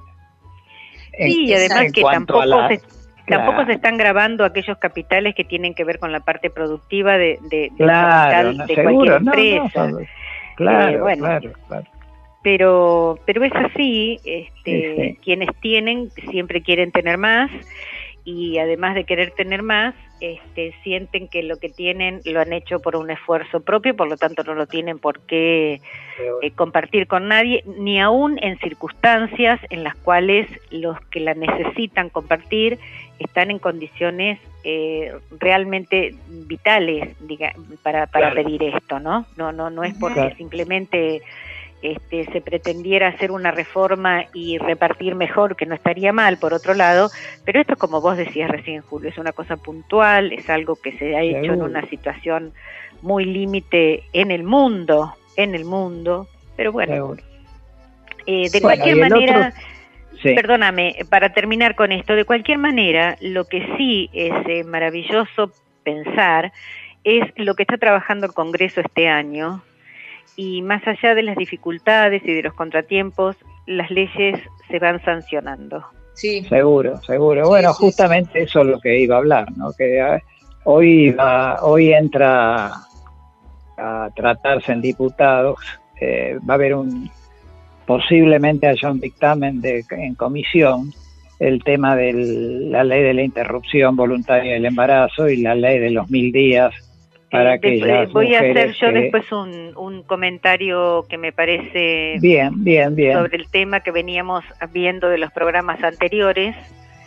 y además que tampoco se están grabando aquellos capitales que tienen que ver con la parte productiva de capital de cualquier empresa. Claro. Pero es así, quienes tienen siempre quieren tener más, y además de querer tener más, sienten que lo que tienen lo han hecho por un esfuerzo propio, por lo tanto no lo tienen por qué compartir con nadie, ni aún en circunstancias en las cuales los que la necesitan compartir están en condiciones realmente vitales para pedir esto, ¿no? No es porque simplemente se pretendiera hacer una reforma y repartir mejor, que no estaría mal por otro lado, pero esto, como vos decías recién, Julio, es una cosa puntual, es algo que se ha hecho en una situación muy límite en el mundo, pero bueno, De cualquier manera, sí. Perdóname, para terminar con esto, de cualquier manera, lo que sí es maravilloso pensar es lo que está trabajando el Congreso este año, y más allá de las dificultades y de los contratiempos, las leyes se van sancionando. Sí. Seguro. Bueno, justamente eso es lo que iba a hablar, ¿no? Que hoy entra a tratarse en diputados, va a haber posiblemente haya un dictamen en comisión, el tema de la ley de la interrupción voluntaria del embarazo y la ley de los 1000 días para aquellas voy a hacer yo que... después un comentario que me parece bien sobre el tema que veníamos viendo de los programas anteriores.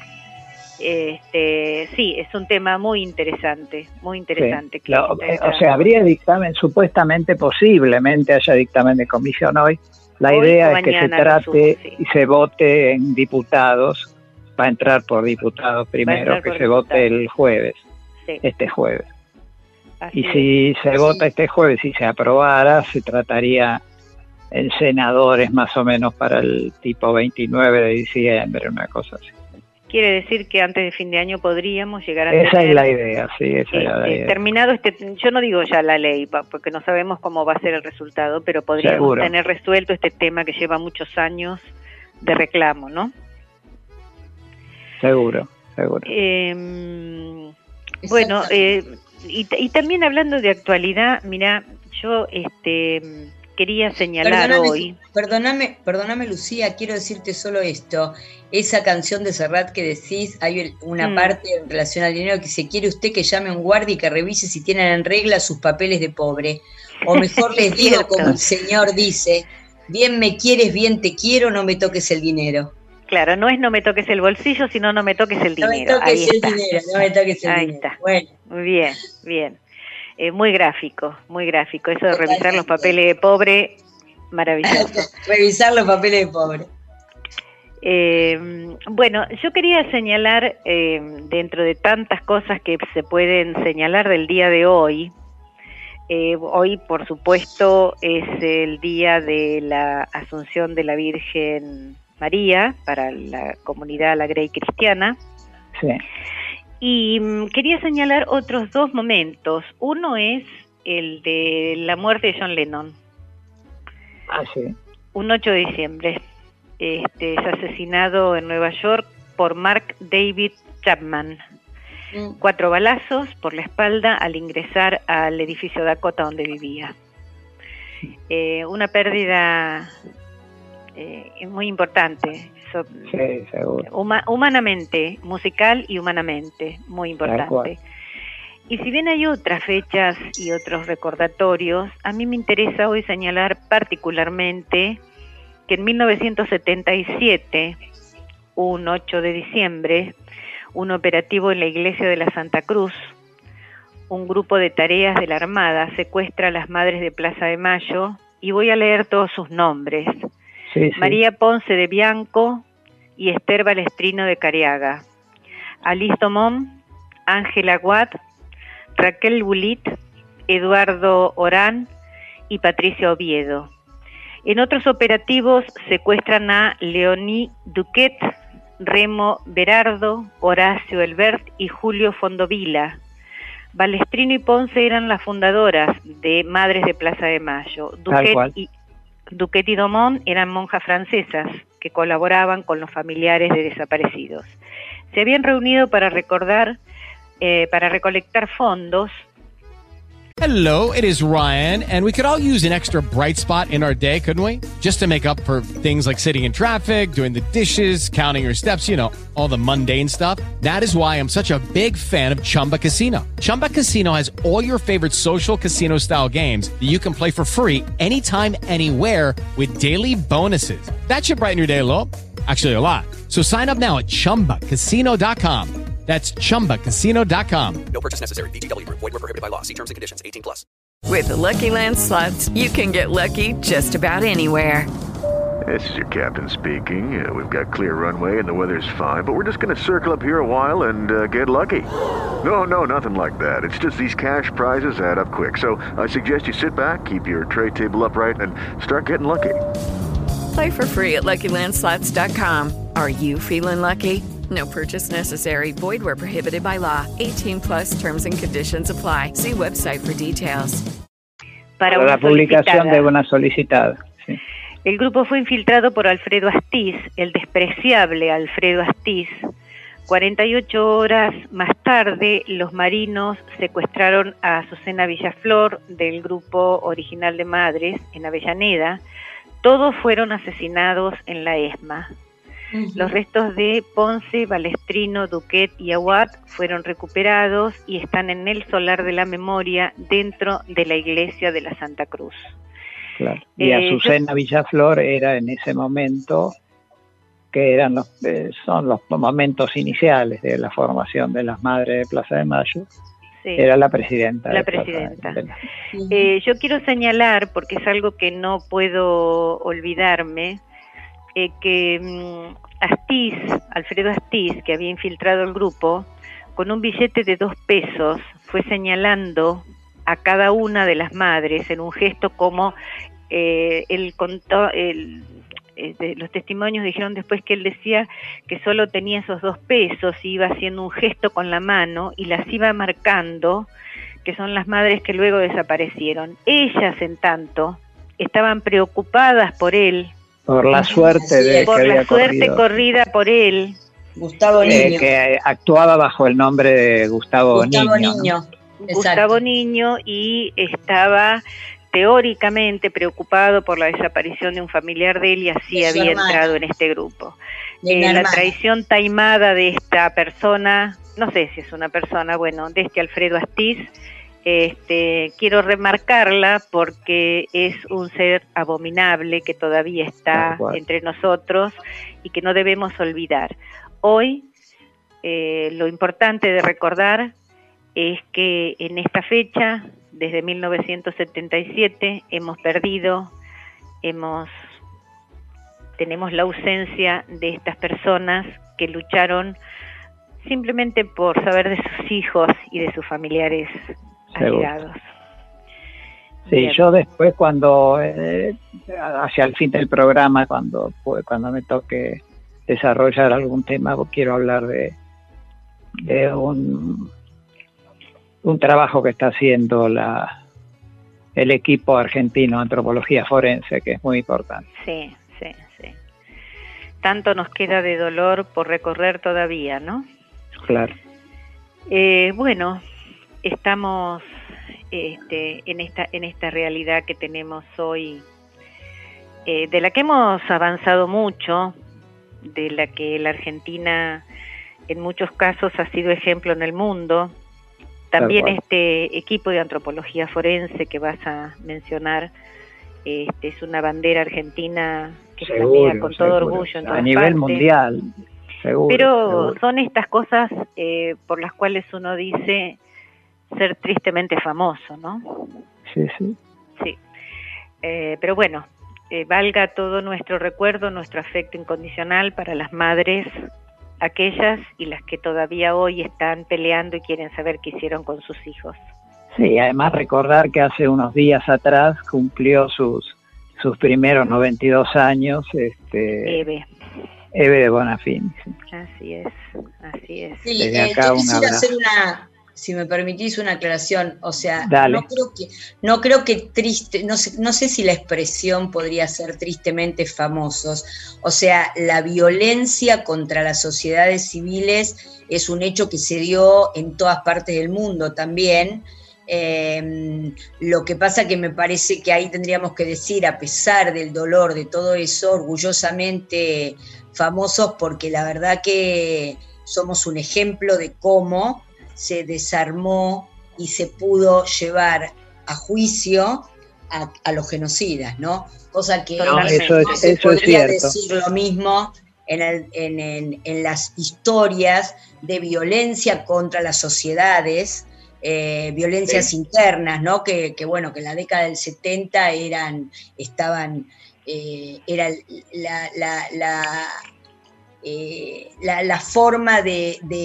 Sí, es un tema muy interesante. Sí. O sea, habría dictamen, supuestamente, posiblemente haya dictamen de comisión hoy. La idea es que se trate y se vote en diputados. Va a entrar por diputados primero, que se vote el jueves, este jueves. Así y si se vota este jueves y se aprobara, se trataría en senadores más o menos para el tipo 29 de diciembre, una cosa así. Quiere decir que antes de fin de año podríamos llegar a Esa es la idea, sí, esa es la idea. Terminado yo no digo ya la ley, porque no sabemos cómo va a ser el resultado, pero podríamos tener resuelto este tema que lleva muchos años de reclamo, ¿no? Seguro. Bueno, y también hablando de actualidad, mira, yo quería señalar hoy... Perdóname, Lucía, quiero decirte solo esto. Esa canción de Serrat que decís, hay una parte en relación al dinero que dice: quiere usted que llame a un guardia y que revise si tienen en regla sus papeles de pobre. O mejor les digo, como el señor dice: bien me quieres, bien te quiero, no me toques el dinero. Claro, no es no me toques el bolsillo, sino no me toques el dinero. No me toques el dinero, no me toques el dinero. Está. Bueno. Bien. Muy gráfico. Eso de revisar los papeles de pobre, maravilloso. Revisar los papeles de pobre. Bueno, yo quería señalar, dentro de tantas cosas que se pueden señalar del día de hoy, hoy por supuesto es el día de la Asunción de la Virgen María para la comunidad la Grey cristiana. Sí. Y quería señalar otros dos momentos. Uno es el de la muerte de John Lennon. Sí. Un 8 de diciembre. Es asesinado en Nueva York por Mark David Chapman. 4 balazos por la espalda al ingresar al edificio Dakota donde vivía. Una pérdida muy importante. Sí, seguro. Humanamente, musical y humanamente, muy importante. Y si bien hay otras fechas y otros recordatorios, a mí me interesa hoy señalar particularmente que en 1977, un 8 de diciembre, un operativo en la iglesia de la Santa Cruz, un grupo de tareas de la Armada secuestra a las madres de Plaza de Mayo, y voy a leer todos sus nombres. Sí. María Ponce de Bianco y Esther Balestrino de Cariaga, Alice Domón, Ángela Watt, Raquel Bulit, Eduardo Orán y Patricia Oviedo. En otros operativos secuestran a Leonie Duquet, Remo Berardo, Horacio Elbert y Julio Fondovila. Balestrino y Ponce eran las fundadoras de Madres de Plaza de Mayo. Duquet y Domón eran monjas francesas que colaboraban con los familiares de desaparecidos. Se habían reunido para recolectar fondos. Hello, it is Ryan, and we could all use an extra bright spot in our day, couldn't we? Just to make up for things like sitting in traffic, doing the dishes, counting your steps, all the mundane stuff. That is why I'm such a big fan of Chumba Casino. Chumba Casino has all your favorite social casino-style games that you can play for free anytime, anywhere with daily bonuses. That should brighten your day a little. Actually, a lot. So sign up now at ChumbaCasino.com. That's ChumbaCasino.com. No purchase necessary. VGW Group. Void where prohibited by law. See terms and conditions. 18+. With the Lucky Land Slots, you can get lucky just about anywhere. This is your captain speaking. We've got clear runway and the weather's fine, but we're just going to circle up here a while and get lucky. No, nothing like that. It's just these cash prizes add up quick. So I suggest you sit back, keep your tray table upright, and start getting lucky. Play for free at LuckyLandSlots.com. Are you feeling lucky? No purchase necessary. Void where prohibited by law. 18 plus terms and conditions apply. See website for details. Para la publicación de una solicitada. Sí. El grupo fue infiltrado por Alfredo Astiz, el despreciable Alfredo Astiz. 48 horas más tarde, los marinos secuestraron a Azucena Villaflor del grupo original de Madres en Avellaneda. Todos fueron asesinados en la ESMA. Los restos de Ponce, Balestrino, Duquet y Aguad fueron recuperados y están en el solar de la memoria dentro de la iglesia de la Santa Cruz. Claro. Y Azucena Villaflor era en ese momento, que eran son los momentos iniciales de la formación de las Madres de Plaza de Mayo. Sí. Era la presidenta. La presidenta. Yo quiero señalar, porque es algo que no puedo olvidarme, que Astiz, Alfredo Astiz, que había infiltrado el grupo, con un billete de 2 pesos, fue señalando a cada una de las madres en un gesto como él contó, los testimonios dijeron después que él decía que solo tenía esos 2 pesos y iba haciendo un gesto con la mano y las iba marcando, que son las madres que luego desaparecieron. Ellas, en tanto, estaban preocupadas por él, por la suerte corrida por él. Gustavo Niño. Que actuaba bajo el nombre de Gustavo Niño. ¿no? Gustavo Niño, y estaba teóricamente preocupado por la desaparición de un familiar de él y así había entrado en este grupo. La traición taimada de esta persona, no sé si es una persona, bueno, de este Alfredo Astiz, quiero remarcarla porque es un ser abominable que todavía está entre nosotros y que no debemos olvidar. Hoy, lo importante de recordar es que en esta fecha, desde 1977, hemos perdido, tenemos la ausencia de estas personas que lucharon simplemente por saber de sus hijos y de sus familiares allegados. Sí, bien. Yo después cuando, hacia el fin del programa, cuando me toque desarrollar algún tema, quiero hablar de un trabajo que está haciendo el equipo argentino Antropología Forense, que es muy importante. Sí. Tanto nos queda de dolor por recorrer todavía, ¿no? Claro. Bueno, estamos en esta realidad que tenemos hoy, de la que hemos avanzado mucho, de la que la Argentina en muchos casos ha sido ejemplo en el mundo. También este equipo de antropología forense que vas a mencionar es una bandera argentina que se planea con todo orgullo en todas a nivel partes. Mundial. Pero son estas cosas por las cuales uno dice ser tristemente famoso, ¿no? Sí. Pero bueno, valga todo nuestro recuerdo, nuestro afecto incondicional para las madres, aquellas y las que todavía hoy están peleando y quieren saber qué hicieron con sus hijos. Sí, además recordar que hace unos días atrás cumplió sus primeros 92 años Eve de Bonafini. Sí. Así es. Sí, yo quisiera hacer si me permitís, una aclaración. O sea, no creo que triste, no sé si la expresión podría ser tristemente famosos. O sea, la violencia contra las sociedades civiles es un hecho que se dio en todas partes del mundo también. Lo que pasa que me parece que ahí tendríamos que decir, a pesar del dolor de todo eso, orgullosamente famosos, porque la verdad que somos un ejemplo de cómo se desarmó y se pudo llevar a juicio a los genocidas, ¿no? Cosa que no se podría decir lo mismo en las historias de violencia contra las sociedades, violencias internas, ¿no? Que bueno, que en la década del 70 era la forma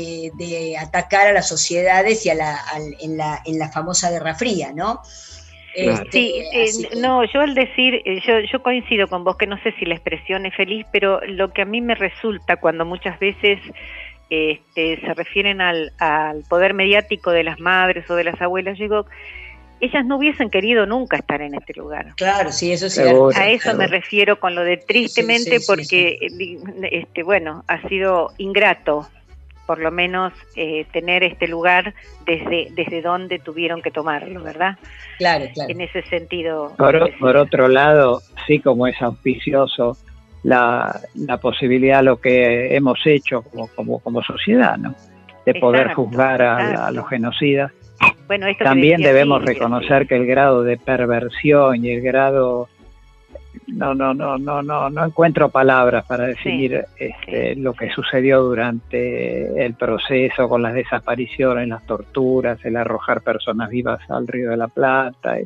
de atacar a las sociedades y en la famosa Guerra Fría, ¿no? Sí, no, yo al decir, yo coincido con vos, que no sé si la expresión es feliz, pero lo que a mí me resulta cuando muchas veces se refieren al poder mediático de las madres o de las abuelas, yo digo, ellas no hubiesen querido nunca estar en este lugar. Claro, sí, eso es cierto. A eso me refiero con lo de tristemente, porque bueno, ha sido ingrato, por lo menos tener este lugar desde donde tuvieron que tomarlo, ¿verdad? Claro. En ese sentido. Por otro lado, sí, como es auspicioso la posibilidad, lo que hemos hecho como sociedad, ¿no? De poder juzgar a los genocidas. Bueno, esto también debemos reconocer que el grado de perversión y el grado, no encuentro palabras para definir lo que sucedió durante el proceso, con las desapariciones, las torturas, el arrojar personas vivas al Río de la Plata,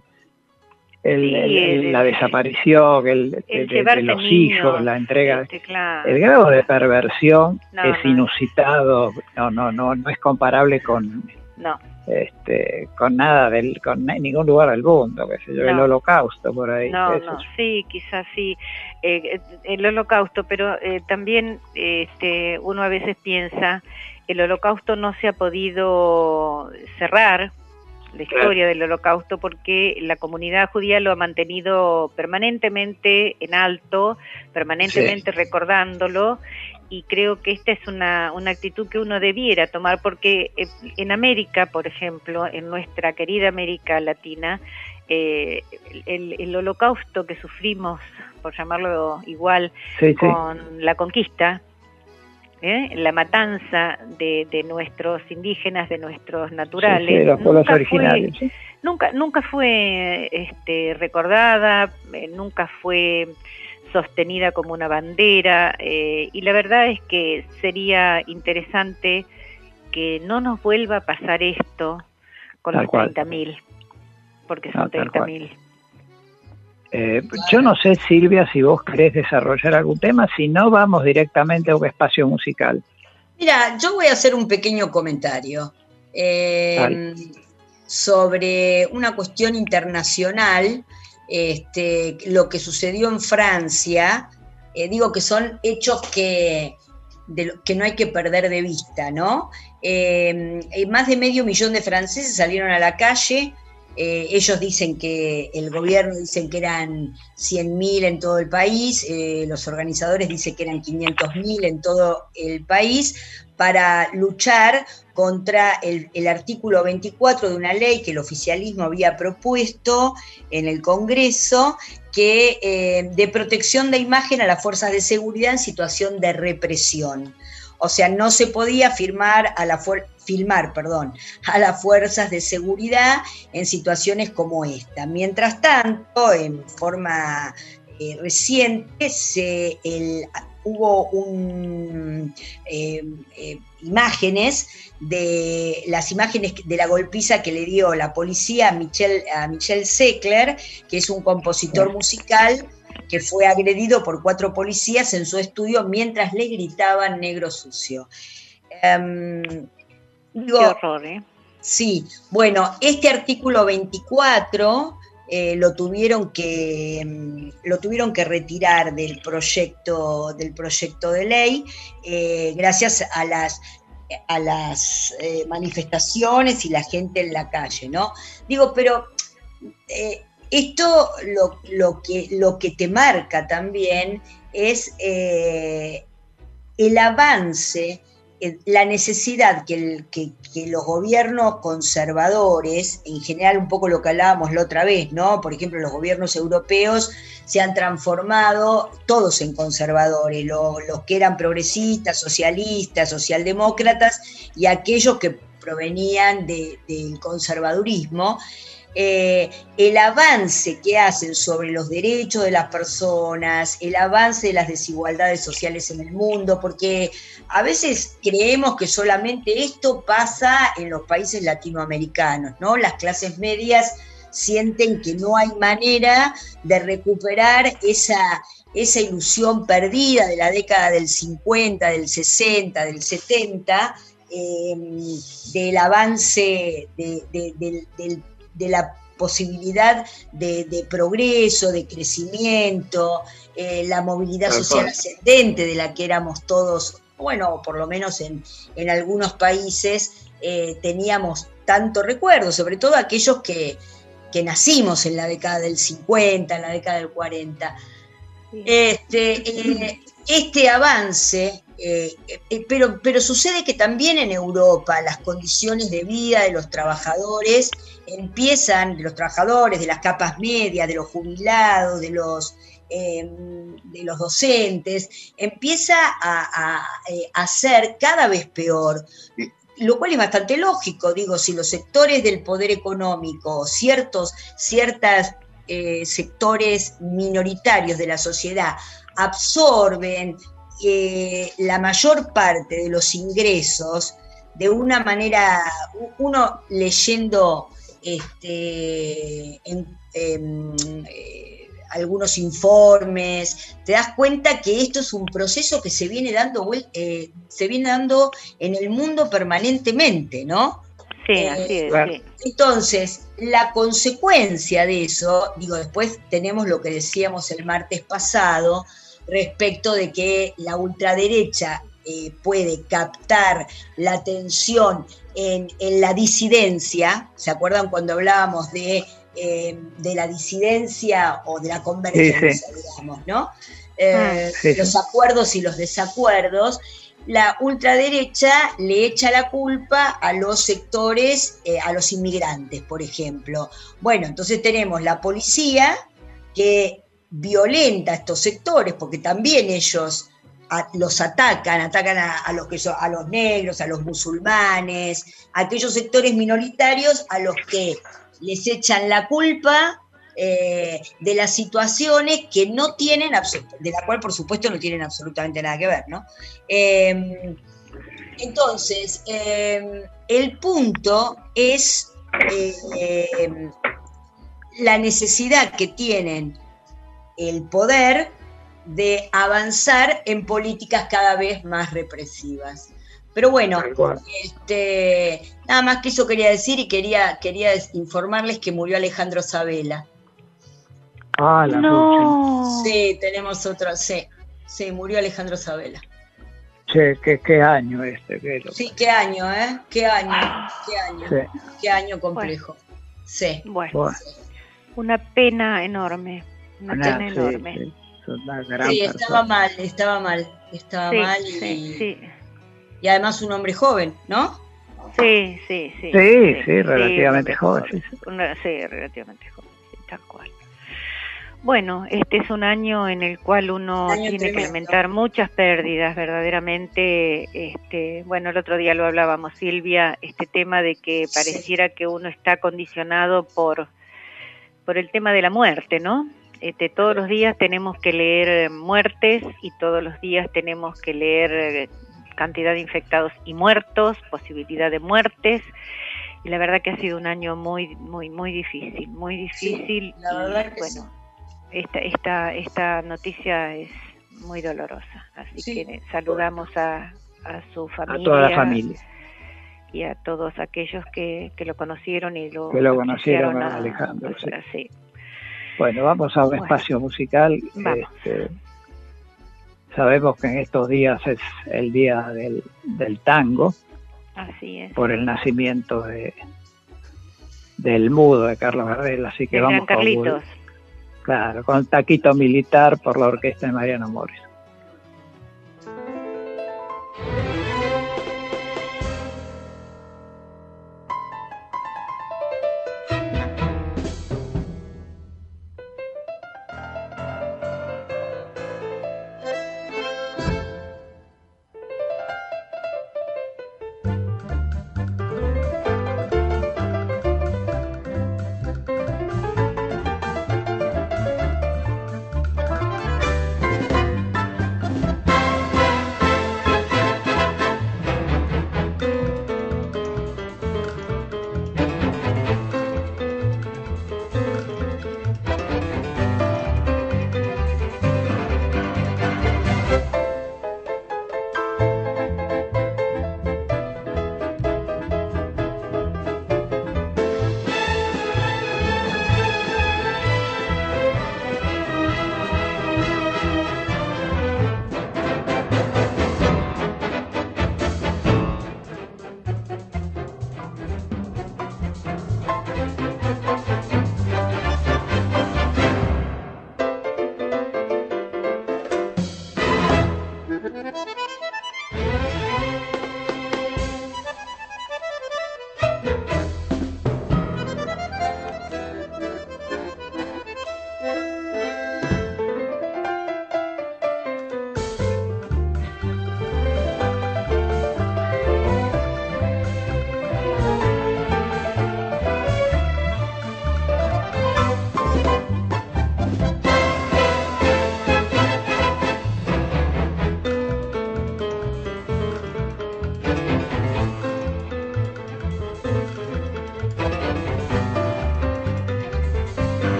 la desaparición de los hijos, la entrega. Claro. El grado de perversión es inusitado, no es comparable con nada con ningún lugar del mundo, qué sé yo, el Holocausto por ahí. Sí, quizás sí, el Holocausto, pero también uno a veces piensa, el Holocausto no se ha podido cerrar, la historia del Holocausto, porque la comunidad judía lo ha mantenido permanentemente en alto, permanentemente recordándolo, y creo que esta es una actitud que uno debiera tomar, porque en América, por ejemplo, en nuestra querida América Latina, el Holocausto que sufrimos, por llamarlo igual, con la conquista, la matanza de nuestros indígenas, de nuestros naturales, los pueblos originarios, nunca fue recordada, nunca fue sostenida como una bandera, y la verdad es que sería interesante que no nos vuelva a pasar esto con los 30.000, porque son 30.000. Yo no sé, Silvia, si vos querés desarrollar algún tema, si no, vamos directamente a un espacio musical. Mira, yo voy a hacer un pequeño comentario sobre una cuestión internacional, lo que sucedió en Francia. Digo que son hechos que no hay que perder de vista, ¿no? Más de 500 000 de franceses salieron a la calle. Ellos dicen que, el gobierno dicen que eran 100.000 en todo el país, los organizadores dicen que eran 500.000 en todo el país, para luchar contra el artículo 24 de una ley que el oficialismo había propuesto en el Congreso, que de protección de imagen a las fuerzas de seguridad en situación de represión. O sea, no se podía filmar a las fuerzas de seguridad en situaciones como esta. Mientras tanto, en forma reciente, hubo imágenes de la golpiza que le dio la policía a Michel Zecler, que es un compositor musical que fue agredido por 4 policías en su estudio mientras le gritaban negro sucio. Qué horror, ¿eh? Sí, bueno, este artículo 24 lo tuvieron que retirar del proyecto de ley, gracias a las manifestaciones y la gente en la calle, ¿no? Digo, pero esto lo que te marca también es el avance, la necesidad que los gobiernos conservadores, en general un poco lo que hablábamos la otra vez, ¿no? Por ejemplo, los gobiernos europeos se han transformado todos en conservadores, los que eran progresistas, socialistas, socialdemócratas, y aquellos que provenían del conservadurismo. El avance que hacen sobre los derechos de las personas, el avance de las desigualdades sociales en el mundo, porque a veces creemos que solamente esto pasa en los países latinoamericanos, ¿no? Las clases medias sienten que no hay manera de recuperar esa ilusión perdida de la década del 50, del 60, del 70, del avance de la posibilidad de progreso, de crecimiento, la movilidad social ascendente de la que éramos todos, bueno, por lo menos en algunos países teníamos tanto recuerdo, sobre todo aquellos que nacimos en la década del 50, en la década del 40. Este avance, pero sucede que también en Europa las condiciones de vida de los trabajadores de los trabajadores, de las capas medias, de los jubilados, de los docentes, empieza a ser cada vez peor, lo cual es bastante lógico. Digo, si los sectores del poder económico, ciertos sectores minoritarios de la sociedad absorben la mayor parte de los ingresos de una manera, uno leyendo algunos informes, te das cuenta que esto es un proceso que se viene dando en el mundo permanentemente, ¿no? Sí, así es. Sí. Entonces, la consecuencia de eso, digo, después tenemos lo que decíamos el martes pasado respecto de que la ultraderecha puede captar la atención en la disidencia. ¿Se acuerdan cuando hablábamos de la disidencia o de la convergencia, digamos, ¿no? Los acuerdos y los desacuerdos? La ultraderecha le echa la culpa a los sectores, a los inmigrantes, por ejemplo. Bueno, entonces tenemos la policía que violenta a estos sectores, porque también ellos los atacan a los negros, a los musulmanes, a aquellos sectores minoritarios a los que les echan la culpa de las situaciones que no tienen, de la cual por supuesto no tienen absolutamente nada que ver, ¿no? Entonces, el punto es la necesidad que tienen el poder de avanzar en políticas cada vez más represivas. Pero bueno, nada más que eso quería decir, y quería informarles que murió Alejandro Sabela. Ah, la no. Sí, tenemos otro, sí, murió Alejandro Sabela. Che, qué año Sí, qué año, qué año, qué año complejo. Bueno. Sí. Bueno. Una pena enorme, una pena enorme. Sí. Una gran estaba mal y además un hombre joven, ¿no? Sí, relativamente joven. Sí, relativamente joven, tal cual. Bueno, este es un año en el cual uno tiene que lamentar muchas pérdidas, verdaderamente. Bueno, el otro día lo hablábamos, Silvia, este tema de que pareciera que uno está condicionado por el tema de la muerte, ¿no? Todos los días tenemos que leer muertes y todos los días tenemos que leer cantidad de infectados y muertos, posibilidad de muertes, y la verdad que ha sido un año muy difícil, muy difícil. Sí, la verdad que bueno, esta noticia es muy dolorosa, así que saludamos a su familia, a toda la familia y a todos aquellos que lo conocieron y lo conocieron a Alejandro. Sí. Bueno, vamos a un espacio musical. Sabemos que en estos días es el día del tango. Así es. Por el nacimiento del mudo de Carlos Gardel, así que vamos Carlitos. Con Taquito Militar por la orquesta de Mariano Mores.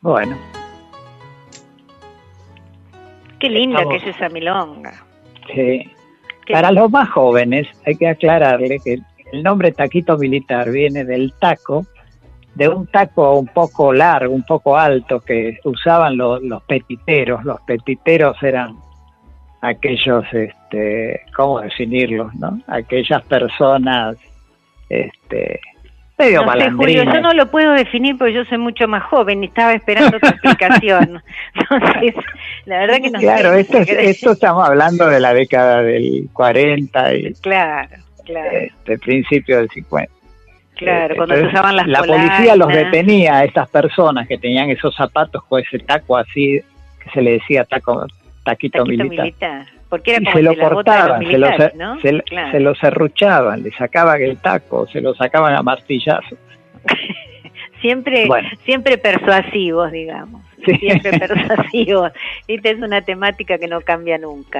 Bueno. Qué linda que es esa milonga. Sí. Para los más jóvenes hay que aclararle que el nombre taquito militar viene del taco, de un taco un poco largo, un poco alto que usaban los petiteros. Los petiteros eran aquellos, ¿cómo definirlos, no? Aquellas personas, medio no sé, malandrines. Julio, yo no lo puedo definir porque yo soy mucho más joven y estaba esperando tu explicación. Entonces, la verdad que no claro, sé. esto estamos hablando de la década del 40 y claro. Principio del 50. Claro, cuando se usaban las la polainas. policía los detenía a estas personas que tenían esos zapatos con ese taco así, que se le decía taquito militar. Porque era y como se lo de las botas de cortaban, los militares, ¿no? Claro. se lo serruchaban, le sacaban el taco, se lo sacaban a martillazos. Siempre persuasivos, digamos. Sí. Siempre persuasivos. Esta es una temática que no cambia nunca.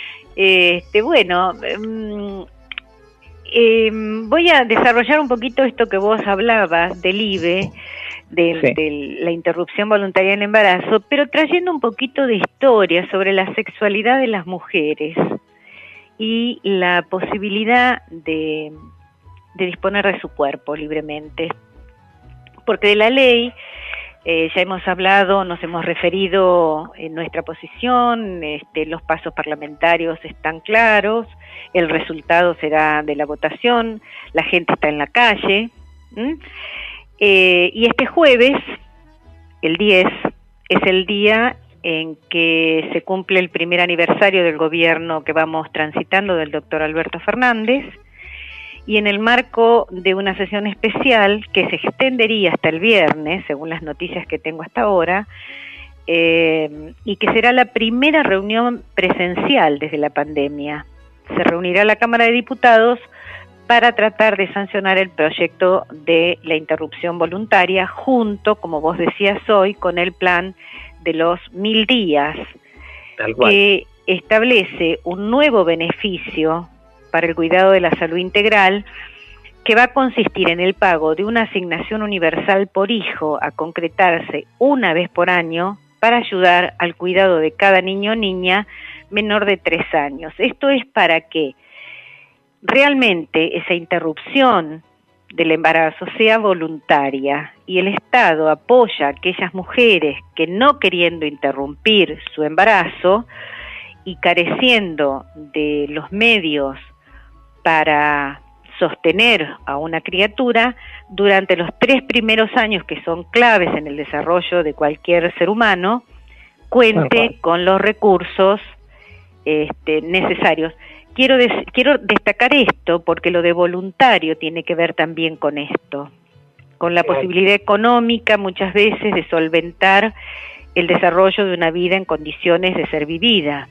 Voy a desarrollar un poquito esto que vos hablabas del IVE, de la interrupción voluntaria del embarazo, pero trayendo un poquito de historia sobre la sexualidad de las mujeres y la posibilidad de disponer de su cuerpo libremente. Porque de la ley ya hemos hablado, nos hemos referido en nuestra posición, los pasos parlamentarios están claros, el resultado será de la votación, la gente está en la calle, y este jueves, el 10, es el día en que se cumple el primer aniversario del gobierno que vamos transitando del doctor Alberto Fernández, y en el marco de una sesión especial que se extendería hasta el viernes, según las noticias que tengo hasta ahora, y que será la primera reunión presencial desde la pandemia. Se reunirá la Cámara de Diputados para tratar de sancionar el proyecto de la interrupción voluntaria, junto, como vos decías hoy, con el plan de los 1000 días, que establece un nuevo beneficio para el cuidado de la salud integral, que va a consistir en el pago de una asignación universal por hijo a concretarse una vez por año para ayudar al cuidado de cada niño o niña menor de 3 años. Esto es para que realmente esa interrupción del embarazo sea voluntaria y el Estado apoya a aquellas mujeres que, no queriendo interrumpir su embarazo y careciendo de los medios para sostener a una criatura durante los 3 primeros años, que son claves en el desarrollo de cualquier ser humano, cuente con los recursos necesarios. Quiero destacar esto porque lo de voluntario tiene que ver también con esto, con la posibilidad económica muchas veces de solventar el desarrollo de una vida en condiciones de ser vivida.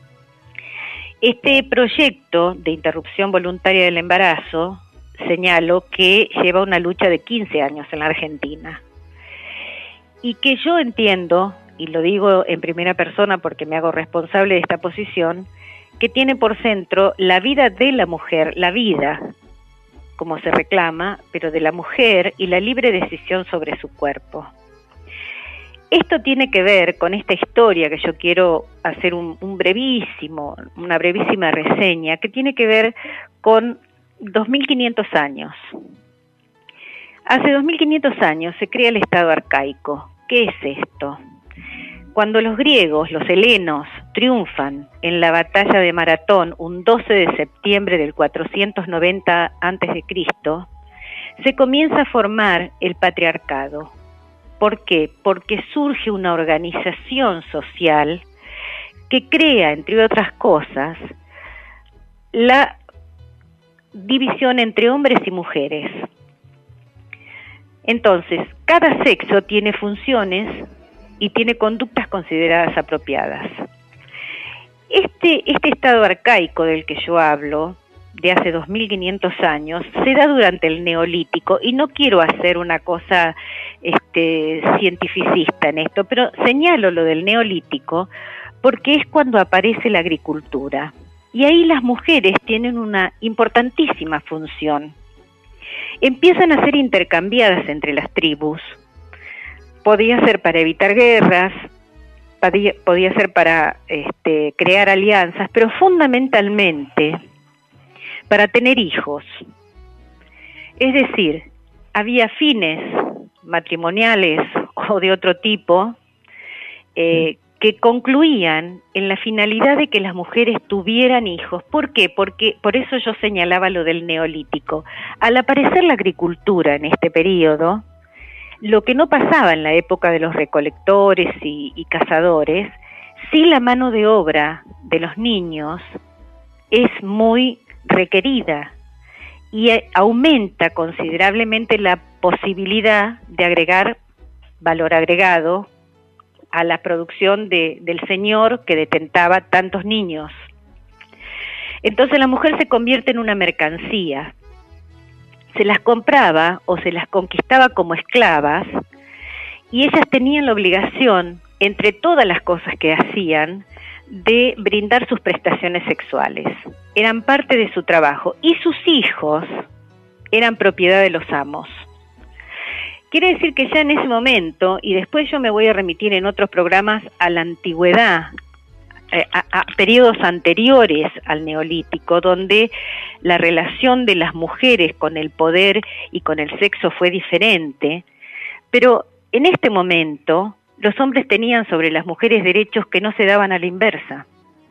Este proyecto de interrupción voluntaria del embarazo, señalo que lleva una lucha de 15 años en la Argentina y que yo entiendo, y lo digo en primera persona porque me hago responsable de esta posición, que tiene por centro la vida de la mujer, la vida, como se reclama, pero de la mujer y la libre decisión sobre su cuerpo. Esto tiene que ver con esta historia que yo quiero hacer una brevísima reseña, que tiene que ver con 2500 años. Hace 2500 años se crea el Estado arcaico. ¿Qué es esto? Cuando los griegos, los helenos, triunfan en la batalla de Maratón un 12 de septiembre del 490 a.C., se comienza a formar el patriarcado. ¿Por qué? Porque surge una organización social que crea, entre otras cosas, la división entre hombres y mujeres. Entonces, cada sexo tiene funciones y tiene conductas consideradas apropiadas. Este estado arcaico del que yo hablo, de hace 2500 años, se da durante el Neolítico, y no quiero hacer una cosa cientificista en esto, pero señalo lo del Neolítico porque es cuando aparece la agricultura, y ahí las mujeres tienen una importantísima función. Empiezan a ser intercambiadas entre las tribus podía ser para evitar guerras, podía ser para crear alianzas, pero fundamentalmente para tener hijos. Es decir, había fines matrimoniales o de otro tipo que concluían en la finalidad de que las mujeres tuvieran hijos. ¿Por qué? Porque por eso yo señalaba lo del neolítico. Al aparecer la agricultura en este periodo, lo que no pasaba en la época de los recolectores y cazadores, sí la mano de obra de los niños es muy requerida y aumenta considerablemente la posibilidad de agregar valor agregado a la producción del señor que detentaba tantos niños. Entonces la mujer se convierte en una mercancía. Se las compraba o se las conquistaba como esclavas y ellas tenían la obligación, entre todas las cosas que hacían, de brindar sus prestaciones sexuales. Eran parte de su trabajo y sus hijos eran propiedad de los amos. Quiere decir que ya en ese momento, y después yo me voy a remitir en otros programas a la antigüedad, a periodos anteriores al neolítico, donde la relación de las mujeres con el poder y con el sexo fue diferente, pero en este momento los hombres tenían sobre las mujeres derechos que no se daban a la inversa.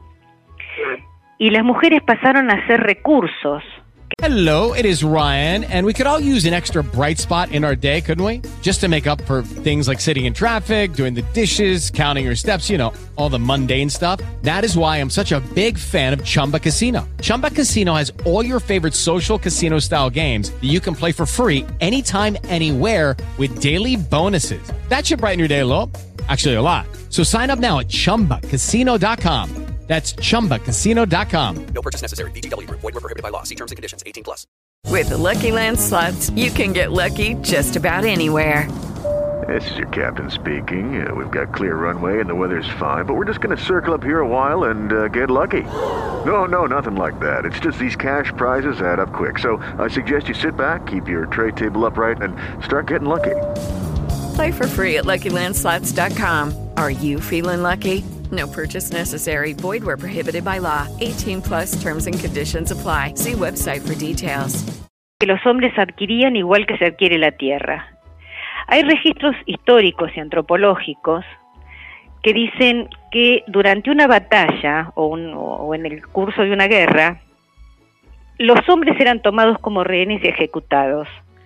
Y las mujeres pasaron a ser recursos. Hello, it is Ryan, and we could all use an extra bright spot in our day, couldn't we? Just to make up for things like sitting in traffic, doing the dishes, counting your steps, you know, all the mundane stuff. That is why I'm such a big fan of Chumba Casino. Chumba Casino has all your favorite social casino-style games that you can play for free anytime, anywhere with daily bonuses. That should brighten your day a little. Actually, a lot. So sign up now at ChumbaCasino.com. That's ChumbaCasino.com. No purchase necessary. VGW Group. Void where prohibited by law. See terms and conditions. 18+. With the Lucky Land Slots, you can get lucky just about anywhere. This is your captain speaking. We've got clear runway and the weather's fine, but we're just going to circle up here a while and get lucky. No, nothing like that. It's just these cash prizes add up quick. So I suggest you sit back, keep your tray table upright, and start getting lucky. Play for free at LuckyLandSlots.com. Are you feeling lucky? No purchase necessary. Void where prohibited by law. 18+ terms and conditions apply. See website for details. Que los hombres adquirían igual que se adquiere la tierra. Hay registros históricos y antropológicos que dicen que durante una batalla o en el curso de una guerra, los hombres eran tomados como rehenes y ejecutados.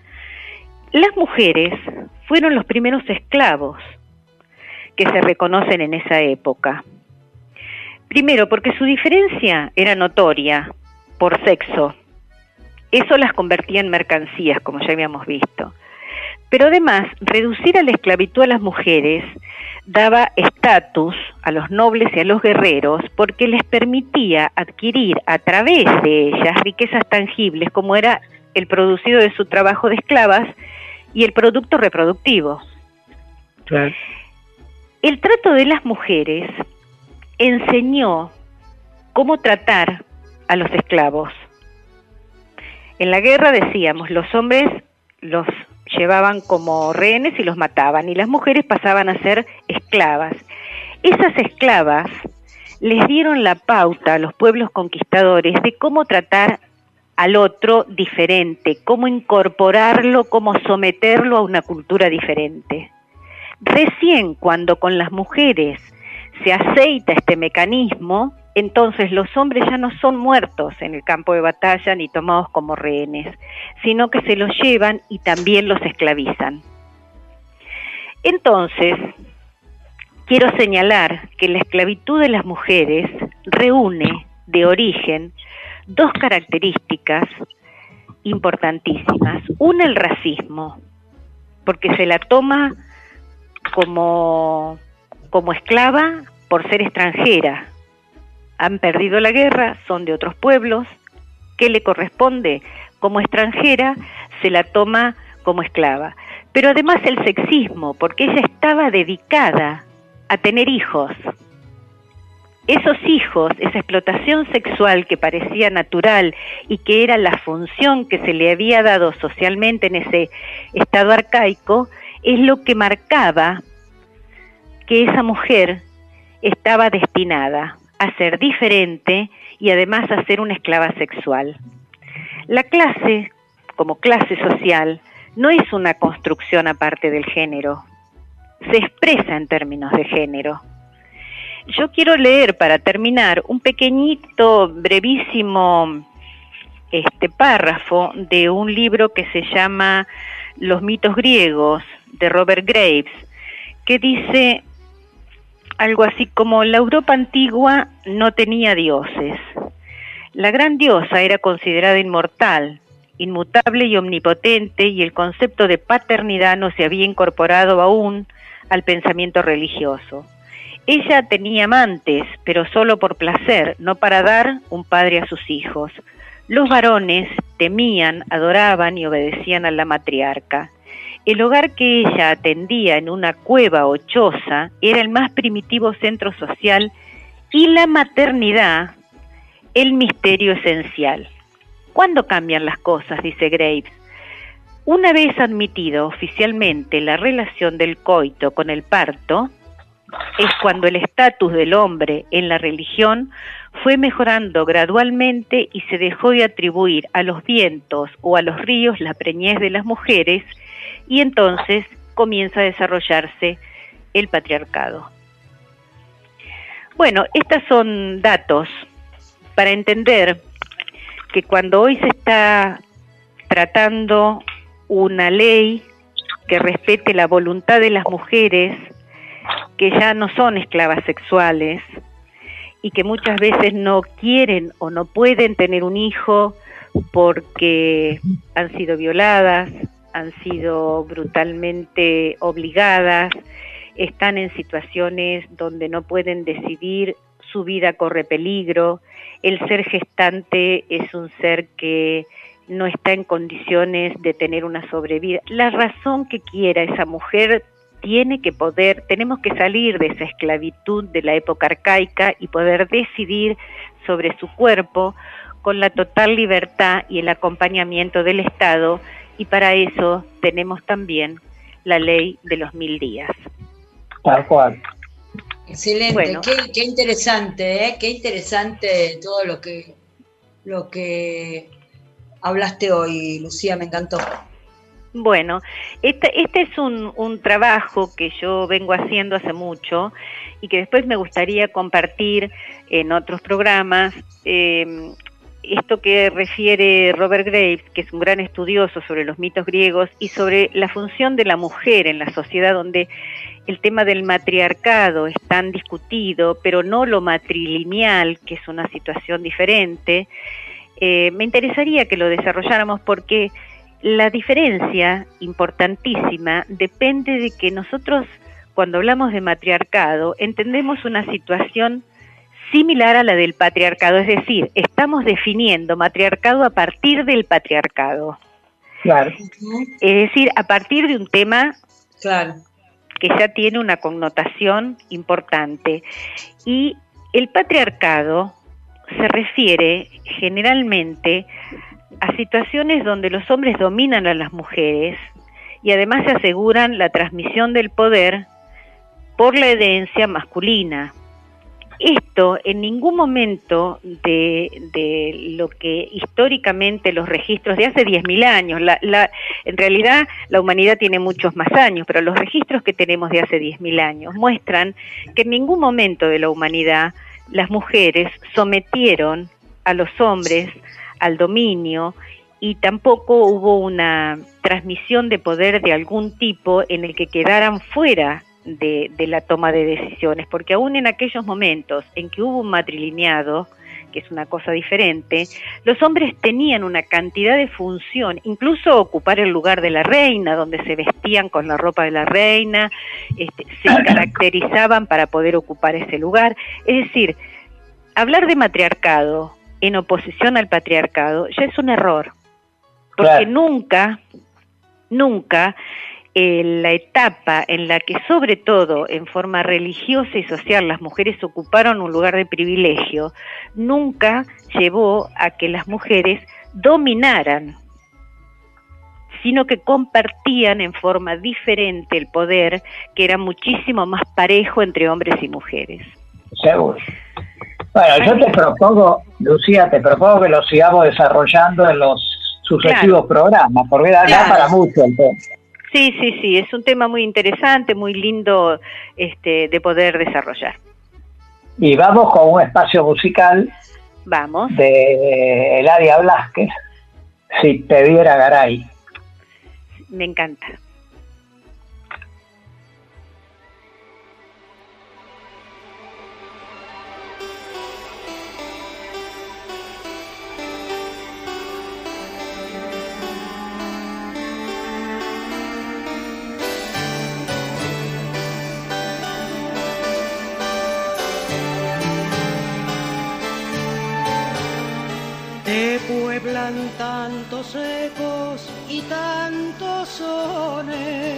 Las mujeres fueron los primeros esclavos que se reconocen en esa época. Primero, porque su diferencia era notoria por sexo. Eso las convertía en mercancías, como ya habíamos visto. Pero además, reducir a la esclavitud a las mujeres daba estatus a los nobles y a los guerreros porque les permitía adquirir a través de ellas riquezas tangibles como era el producido de su trabajo de esclavas y el producto reproductivo. Claro. El trato de las mujeres enseñó cómo tratar a los esclavos. En la guerra, decíamos, los hombres los llevaban como rehenes y los mataban, y las mujeres pasaban a ser esclavas. Esas esclavas les dieron la pauta a los pueblos conquistadores de cómo tratar al otro diferente, cómo incorporarlo, cómo someterlo a una cultura diferente. Recién cuando con las mujeres se aceita este mecanismo, entonces los hombres ya no son muertos en el campo de batalla ni tomados como rehenes, sino que se los llevan y también los esclavizan. Entonces, quiero señalar que la esclavitud de las mujeres reúne de origen dos características importantísimas. Una, el racismo, porque se la toma como esclava por ser extranjera. Han perdido la guerra, son de otros pueblos. ¿Qué le corresponde? Como extranjera se la toma como esclava. Pero además el sexismo, porque ella estaba dedicada a tener hijos. Esos hijos, esa explotación sexual que parecía natural y que era la función que se le había dado socialmente en ese estado arcaico, es lo que marcaba que esa mujer estaba destinada a ser diferente y además a ser una esclava sexual. La clase, como clase social, no es una construcción aparte del género, se expresa en términos de género. Yo quiero leer para terminar un pequeñito, brevísimo párrafo de un libro que se llama Los mitos griegos, de Robert Graves, que dice algo así como: la Europa antigua no tenía dioses. La gran diosa era considerada inmortal, inmutable y omnipotente, y el concepto de paternidad no se había incorporado aún al pensamiento religioso. Ella tenía amantes, pero solo por placer, no para dar un padre a sus hijos. Los varones temían, adoraban y obedecían a la matriarca. El hogar que ella atendía en una cueva o choza era el más primitivo centro social, y la maternidad, el misterio esencial. ¿Cuándo cambian las cosas?, dice Graves. Una vez admitido oficialmente la relación del coito con el parto, es cuando el estatus del hombre en la religión fue mejorando gradualmente y se dejó de atribuir a los vientos o a los ríos la preñez de las mujeres, y entonces comienza a desarrollarse el patriarcado. Bueno, estos son datos para entender que cuando hoy se está tratando una ley que respete la voluntad de las mujeres, que ya no son esclavas sexuales y que muchas veces no quieren o no pueden tener un hijo porque han sido violadas, han sido brutalmente obligadas, están en situaciones donde no pueden decidir, su vida corre peligro, el ser gestante es un ser que no está en condiciones de tener una sobrevida. La razón que quiera esa mujer tiene que poder, tenemos que salir de esa esclavitud de la época arcaica y poder decidir sobre su cuerpo con la total libertad y el acompañamiento del Estado, y para eso tenemos también la ley de los 1000 días. Tal cual. Excelente, bueno. Qué interesante, qué interesante todo lo que hablaste hoy, Lucía, me encantó. Bueno, este es un trabajo que yo vengo haciendo hace mucho y que después me gustaría compartir en otros programas. Esto que refiere Robert Graves, que es un gran estudioso sobre los mitos griegos y sobre la función de la mujer en la sociedad, donde el tema del matriarcado es tan discutido, pero no lo matrilineal, que es una situación diferente. Me interesaría que lo desarrolláramos porque la diferencia importantísima depende de que nosotros, cuando hablamos de matriarcado, entendemos una situación similar a la del patriarcado, es decir, estamos definiendo matriarcado a partir del patriarcado. Claro. Es decir, a partir de un tema claro que ya tiene una connotación importante. Y el patriarcado se refiere generalmente a situaciones donde los hombres dominan a las mujeres y además se aseguran la transmisión del poder por la herencia masculina. Esto en ningún momento de lo que históricamente los registros de hace 10.000 años, en realidad la humanidad tiene muchos más años, pero los registros que tenemos de hace 10.000 años muestran que en ningún momento de la humanidad las mujeres sometieron a los hombres al dominio y tampoco hubo una transmisión de poder de algún tipo en el que quedaran fuera de la toma de decisiones, porque aún en aquellos momentos en que hubo un matrilineado, que es una cosa diferente, los hombres tenían una cantidad de función, incluso ocupar el lugar de la reina, donde se vestían con la ropa de la reina, se caracterizaban para poder ocupar ese lugar. Es decir, hablar de matriarcado en oposición al patriarcado ya es un error, porque Claro. nunca la etapa en la que sobre todo en forma religiosa y social las mujeres ocuparon un lugar de privilegio, nunca llevó a que las mujeres dominaran sino que compartían en forma diferente el poder, que era muchísimo más parejo entre hombres y mujeres. Seguro. Bueno, yo te propongo, Lucía, que lo sigamos desarrollando en los sucesivos programas, porque da para mucho el tema. Sí, es un tema muy interesante, muy lindo de poder desarrollar. Y vamos con un espacio musical. Vamos. De Eladia Blasquez, Si te viera Garay. Me encanta. Te pueblan tantos ecos y tantos sones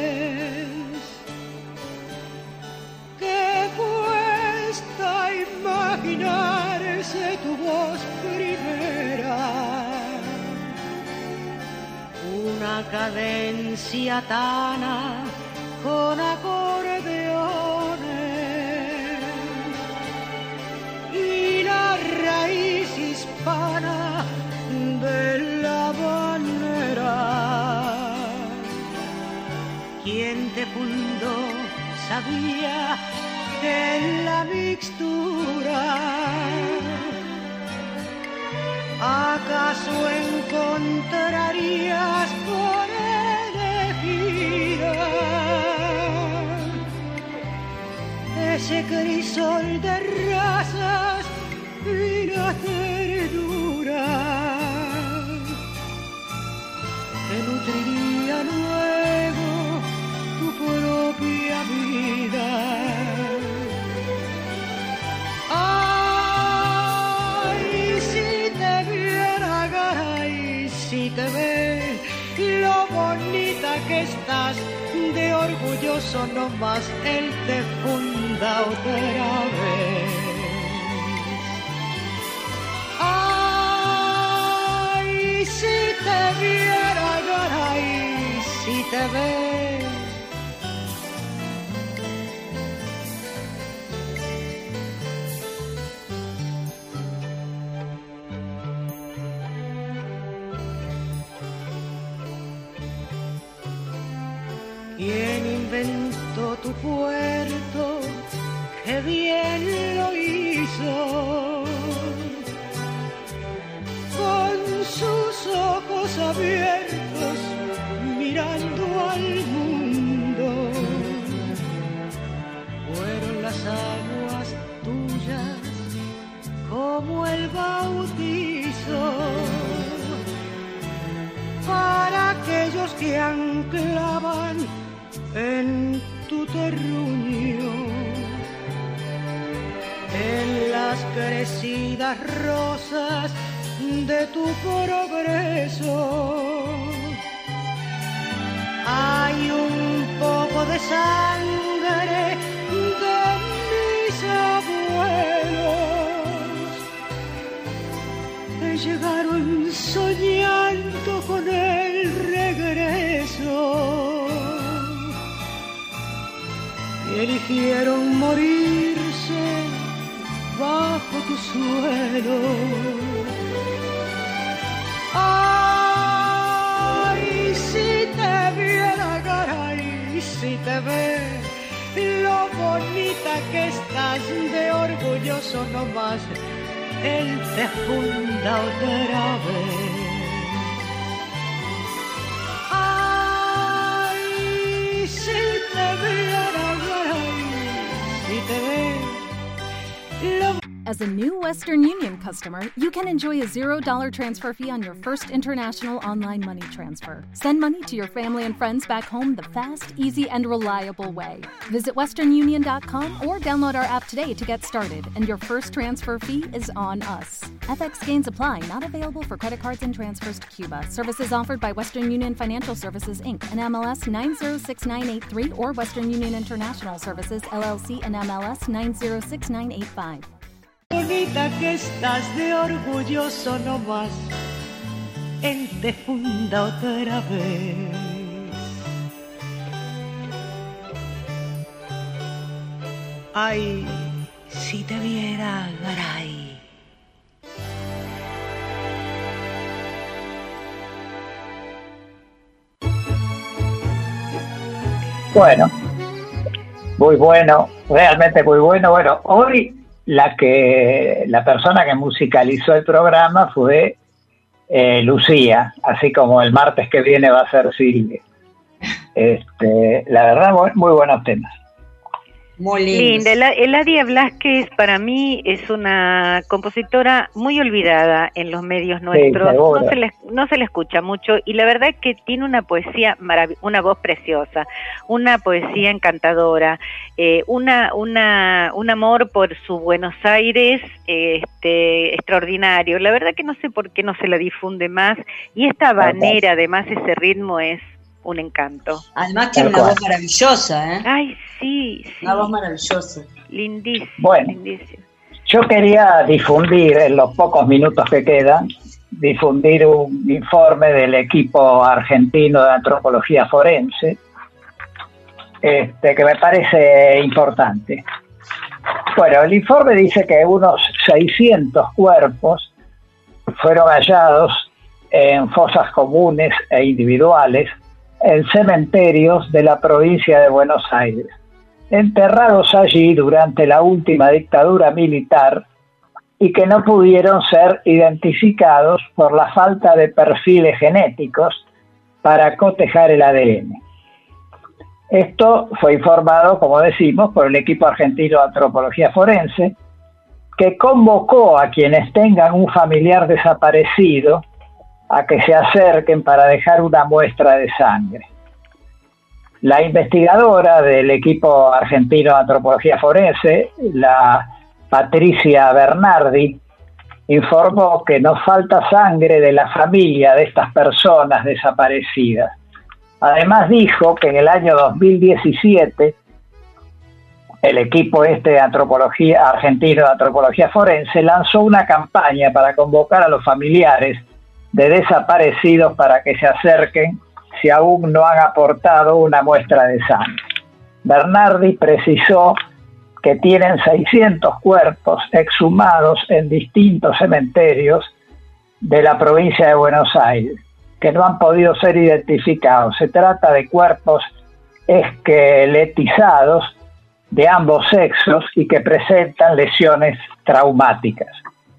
que cuesta imaginarse tu voz primera. Una cadencia tana con acordeones y la raíz hispana de la habanera. Quien te fundó sabía que en la mixtura acaso encontrarías por elegida ese crisol de razas y la ternura que nutriría luego tu propia vida. Ay, si te viera Garay, si te ve lo bonita que estás, de orgulloso nomás él te funda otra vez. Si te viera Garay, si te ves. ¿Quién inventó tu puerto? ¡Qué bien lo hizo! Con sus ojos abiertos mirando al mundo, fueron las aguas tuyas como el bautizo para aquellos que anclaban en tu terruño, en las crecidas rosas de tu progreso. Hay un poco de sangre de mis abuelos que llegaron soñando con el regreso y eligieron morirse bajo tu suelo. Ay, si te viera Garay, si te ve lo bonita que estás, de orgulloso nomás él te funda otra vez. Ay, si te viera Garay, si te ve lo. As a new Western Union customer, you can enjoy a $0 transfer fee on your first international online money transfer. Send money to your family and friends back home the fast, easy, and reliable way. Visit westernunion.com or download our app today to get started, and your first transfer fee is on us. FX gains apply, not available for credit cards and transfers to Cuba. Services offered by Western Union Financial Services, Inc., and MLS 906983, or Western Union International Services, LLC, and MLS 906985. Bonita que estás, de orgulloso nomás él te funda otra vez. Ay, si te viera, garay. Bueno, muy bueno, realmente muy bueno. Bueno, hoy la persona que musicalizó el programa fue Lucía, así como el martes que viene va a ser Silvia. La verdad, muy buenos temas. Muy linda. Eladia Blasquez para mí es una compositora muy olvidada en los medios nuestros. No se la escucha mucho y la verdad es que tiene una poesía una voz preciosa, una poesía encantadora, un amor por su Buenos Aires extraordinario. La verdad que no sé por qué no se la difunde más y esta habanera, además ese ritmo es un encanto. Además tiene una voz maravillosa, ¿eh? Ay, sí. Una voz maravillosa. Lindísimo. Bueno, lindísimo. Yo quería difundir, en los pocos minutos que quedan, difundir un informe del equipo argentino de antropología forense, que me parece importante. Bueno, el informe dice que unos 600 cuerpos fueron hallados en fosas comunes e individuales en cementerios de la provincia de Buenos Aires, enterrados allí durante la última dictadura militar y que no pudieron ser identificados por la falta de perfiles genéticos para cotejar el ADN. Esto fue informado, como decimos, por el equipo argentino de antropología forense, que convocó a quienes tengan un familiar desaparecido a que se acerquen para dejar una muestra de sangre. La investigadora del equipo argentino de antropología forense, la Patricia Bernardi, informó que nos falta sangre de la familia de estas personas desaparecidas. Además dijo que en el año 2017 el equipo de antropología argentino de antropología forense lanzó una campaña para convocar a los familiares de desaparecidos para que se acerquen si aún no han aportado una muestra de sangre. Bernardi precisó que tienen 600 cuerpos exhumados en distintos cementerios de la provincia de Buenos Aires, que no han podido ser identificados. Se trata de cuerpos esqueletizados de ambos sexos y que presentan lesiones traumáticas.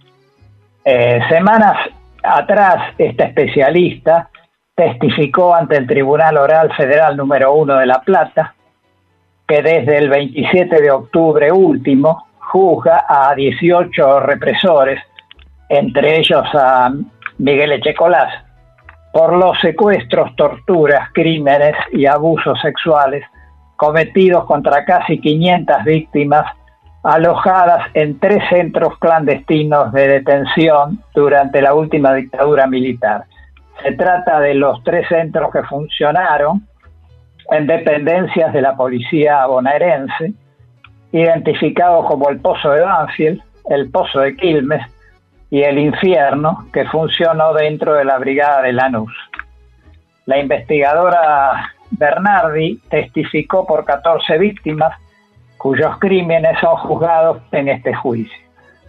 Semanas atrás, esta especialista testificó ante el Tribunal Oral Federal número 1 de La Plata que desde el 27 de octubre último juzga a 18 represores, entre ellos a Miguel Echecolás, por los secuestros, torturas, crímenes y abusos sexuales cometidos contra casi 500 víctimas alojadas en 3 centros clandestinos de detención durante la última dictadura militar. Se trata de los 3 centros que funcionaron en dependencias de la policía bonaerense, identificados como el Pozo de Banfield, el Pozo de Quilmes y el Infierno, que funcionó dentro de la Brigada de Lanús. La investigadora Bernardi testificó por 14 víctimas cuyos crímenes son juzgados en este juicio.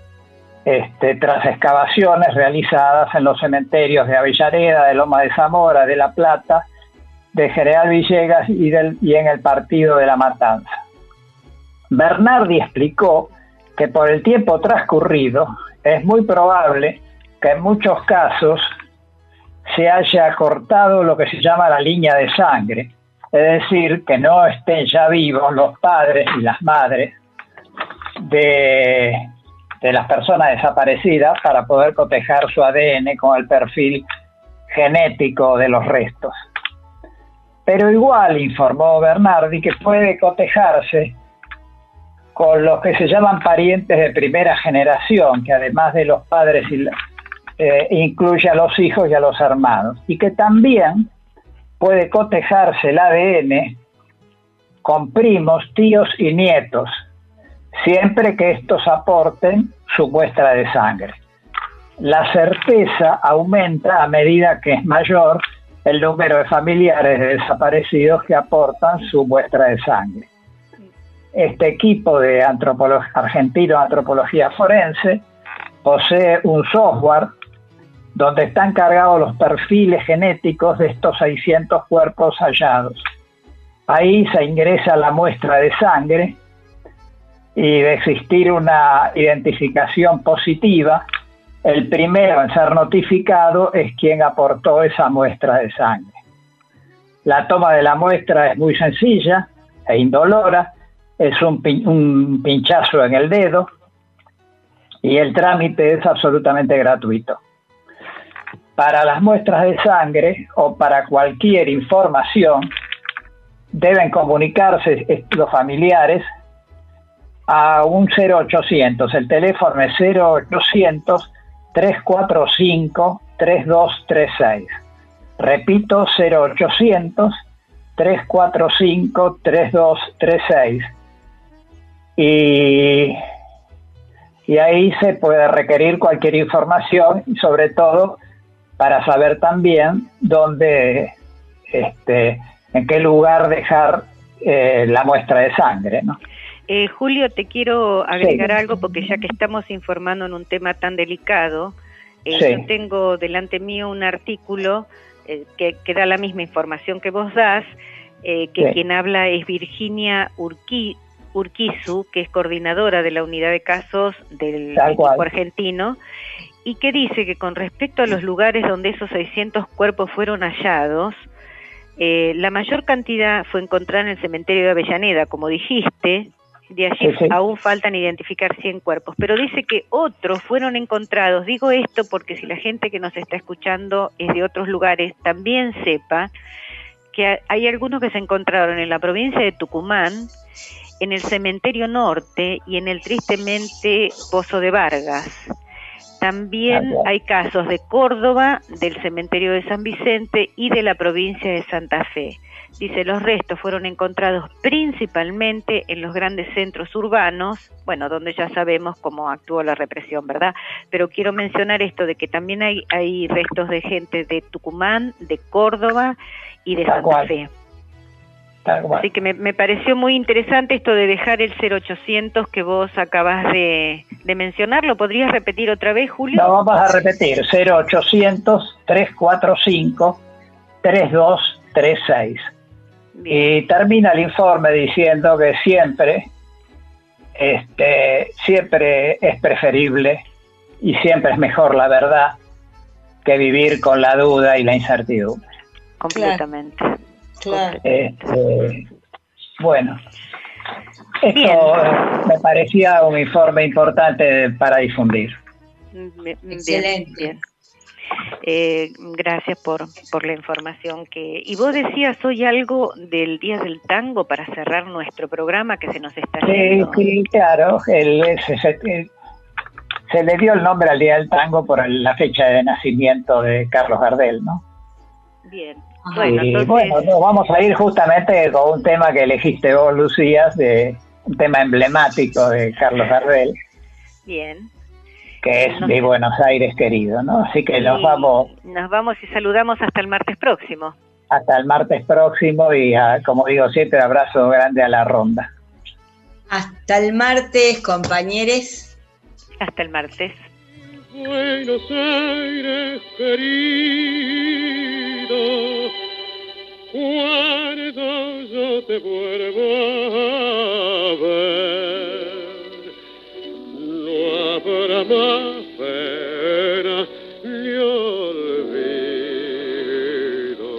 Tras excavaciones realizadas en los cementerios de Avellaneda, de Loma de Zamora, de La Plata, de General Villegas y en el partido de La Matanza. Bernardi explicó que por el tiempo transcurrido es muy probable que en muchos casos se haya cortado lo que se llama la línea de sangre, es decir, que no estén ya vivos los padres y las madres de las personas desaparecidas para poder cotejar su ADN con el perfil genético de los restos. Pero igual informó Bernardi que puede cotejarse con los que se llaman parientes de primera generación, que además de los padres incluye a los hijos y a los hermanos, y que también puede cotejarse el ADN con primos, tíos y nietos, siempre que estos aporten su muestra de sangre. la certeza aumenta a medida que es mayor el número de familiares de desaparecidos que aportan su muestra de sangre. Este equipo de argentino de antropología forense posee un software donde están cargados los perfiles genéticos de estos 600 cuerpos hallados. Ahí se ingresa la muestra de sangre y de existir una identificación positiva, el primero en ser notificado es quien aportó esa muestra de sangre. La toma de la muestra es muy sencilla e indolora, es un pinchazo en el dedo y el trámite es absolutamente gratuito. Para las muestras de sangre o para cualquier información deben comunicarse los familiares a un 0800. El teléfono es 0800-345-3236. Repito, 0800-345-3236. Y ahí se puede requerir cualquier información y sobre todo para saber también dónde, en qué lugar dejar la muestra de sangre, ¿no? Julio, te quiero agregar algo porque ya que estamos informando en un tema tan delicado, yo tengo delante mío un artículo que da la misma información que vos das, que quien habla es Virginia Urquizu, que es coordinadora de la unidad de casos del equipo argentino, y que dice que con respecto a los lugares donde esos 600 cuerpos fueron hallados, la mayor cantidad fue encontrada en el cementerio de Avellaneda, como dijiste. De allí aún faltan identificar 100 cuerpos, pero dice que otros fueron encontrados. Digo esto porque si la gente que nos está escuchando es de otros lugares, también sepa que hay algunos que se encontraron en la provincia de Tucumán, en el cementerio norte y en el tristemente Pozo de Vargas. También hay casos de Córdoba, del cementerio de San Vicente y de la provincia de Santa Fe. Dice, los restos fueron encontrados principalmente en los grandes centros urbanos, bueno, donde ya sabemos cómo actuó la represión, ¿verdad? Pero quiero mencionar esto de que también hay restos de gente de Tucumán, de Córdoba y de Santa Fe. Así que me pareció muy interesante esto de dejar el 0800 que vos acabas de mencionar. ¿Lo podrías repetir otra vez, Julio? Lo vamos a repetir, 0800-345-3236. Y termina el informe diciendo que siempre es preferible y siempre es mejor la verdad que vivir con la duda y la incertidumbre. Completamente. Claro. Bueno, esto me parecía un informe importante para difundir. Excelente. Bien. Gracias por la información y vos decías hoy algo del Día del Tango para cerrar nuestro programa que se nos está yendo. Sí, claro, se le dio el nombre al Día del Tango por la fecha de nacimiento de Carlos Gardel, ¿no? Bien. Bueno, entonces... nos vamos a ir justamente con un tema que elegiste vos, Lucía, de un tema emblemático de Carlos Gardel. Bien. Que es Mi Buenos Aires querido, ¿no? Así que nos vamos y saludamos hasta el martes próximo. Hasta el martes próximo y, como digo siempre, abrazo grande a la ronda. Hasta el martes, compañeros. Hasta el martes. Buenos Aires querido, cuando yo te vuelvo a ver, no habrá más pena ni olvido.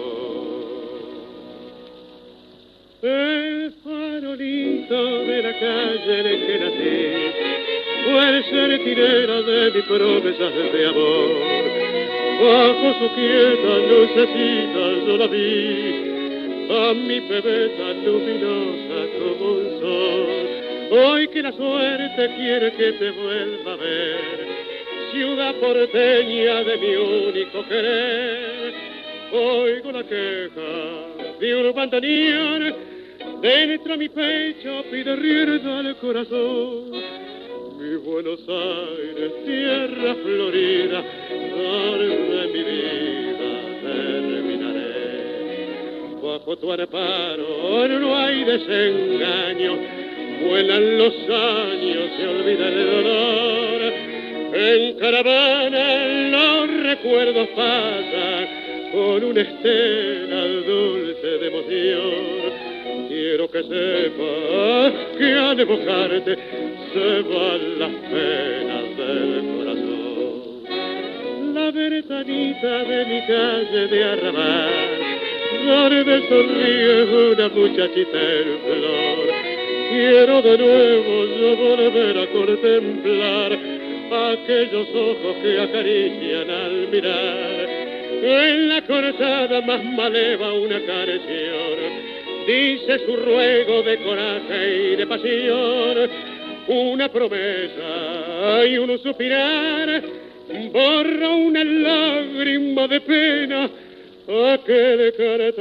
El farolito de la calle en el que nací fue el sentinela de mis promesas de amor. Bajo su quieta lucecita yo la vi, a mi bebé tan luminosa como un sol. Hoy que la suerte quiere que te vuelva a ver, ciudad porteña de mi único querer, oigo la queja de un bandoneón, dentro mi pecho pide rienda al corazón. Mi Mi Buenos Aires, tierra florida, donde mi vida terminaré. Bajo tu amparo no hay desengaño, vuelan los años, se olvida el dolor. En caravana los recuerdos pasan con una estela dulce de emoción. Quiero que sepas que al evocarte se van las penas del corazón. La ventanita de mi calle de Arrabal, donde sonríe una muchachita en flor. Quiero de nuevo yo volver a contemplar aquellos ojos que acarician al mirar. En la cortada más maleva una canción dice su ruego de coraje y de pasión. Una promesa y un suspirar borra una lágrima de pena aquel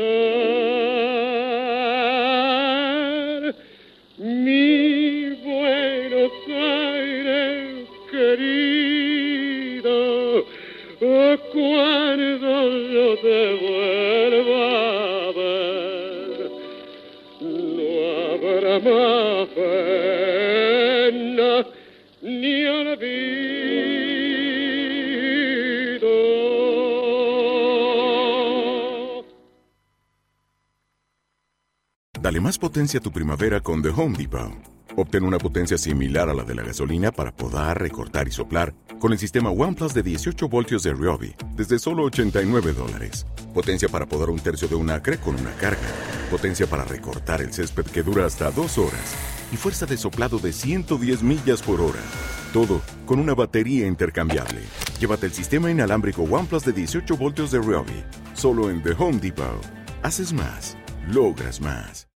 cantar. Mi Buenos Aires querido, cuando yo te vuelva a ver, no habrá más pena ni olvido. Dale más potencia a tu primavera con The Home Depot. Obtén una potencia similar a la de la gasolina para podar, recortar y soplar con el sistema OnePlus de 18 voltios de Ryobi desde solo $89. Potencia para podar un tercio de un acre con una carga. Potencia para recortar el césped que dura hasta 2 horas. Y fuerza de soplado de 110 millas por hora. Todo con una batería intercambiable. Llévate el sistema inalámbrico OnePlus de 18 voltios de Ryobi. Solo en The Home Depot. Haces más. Logras más.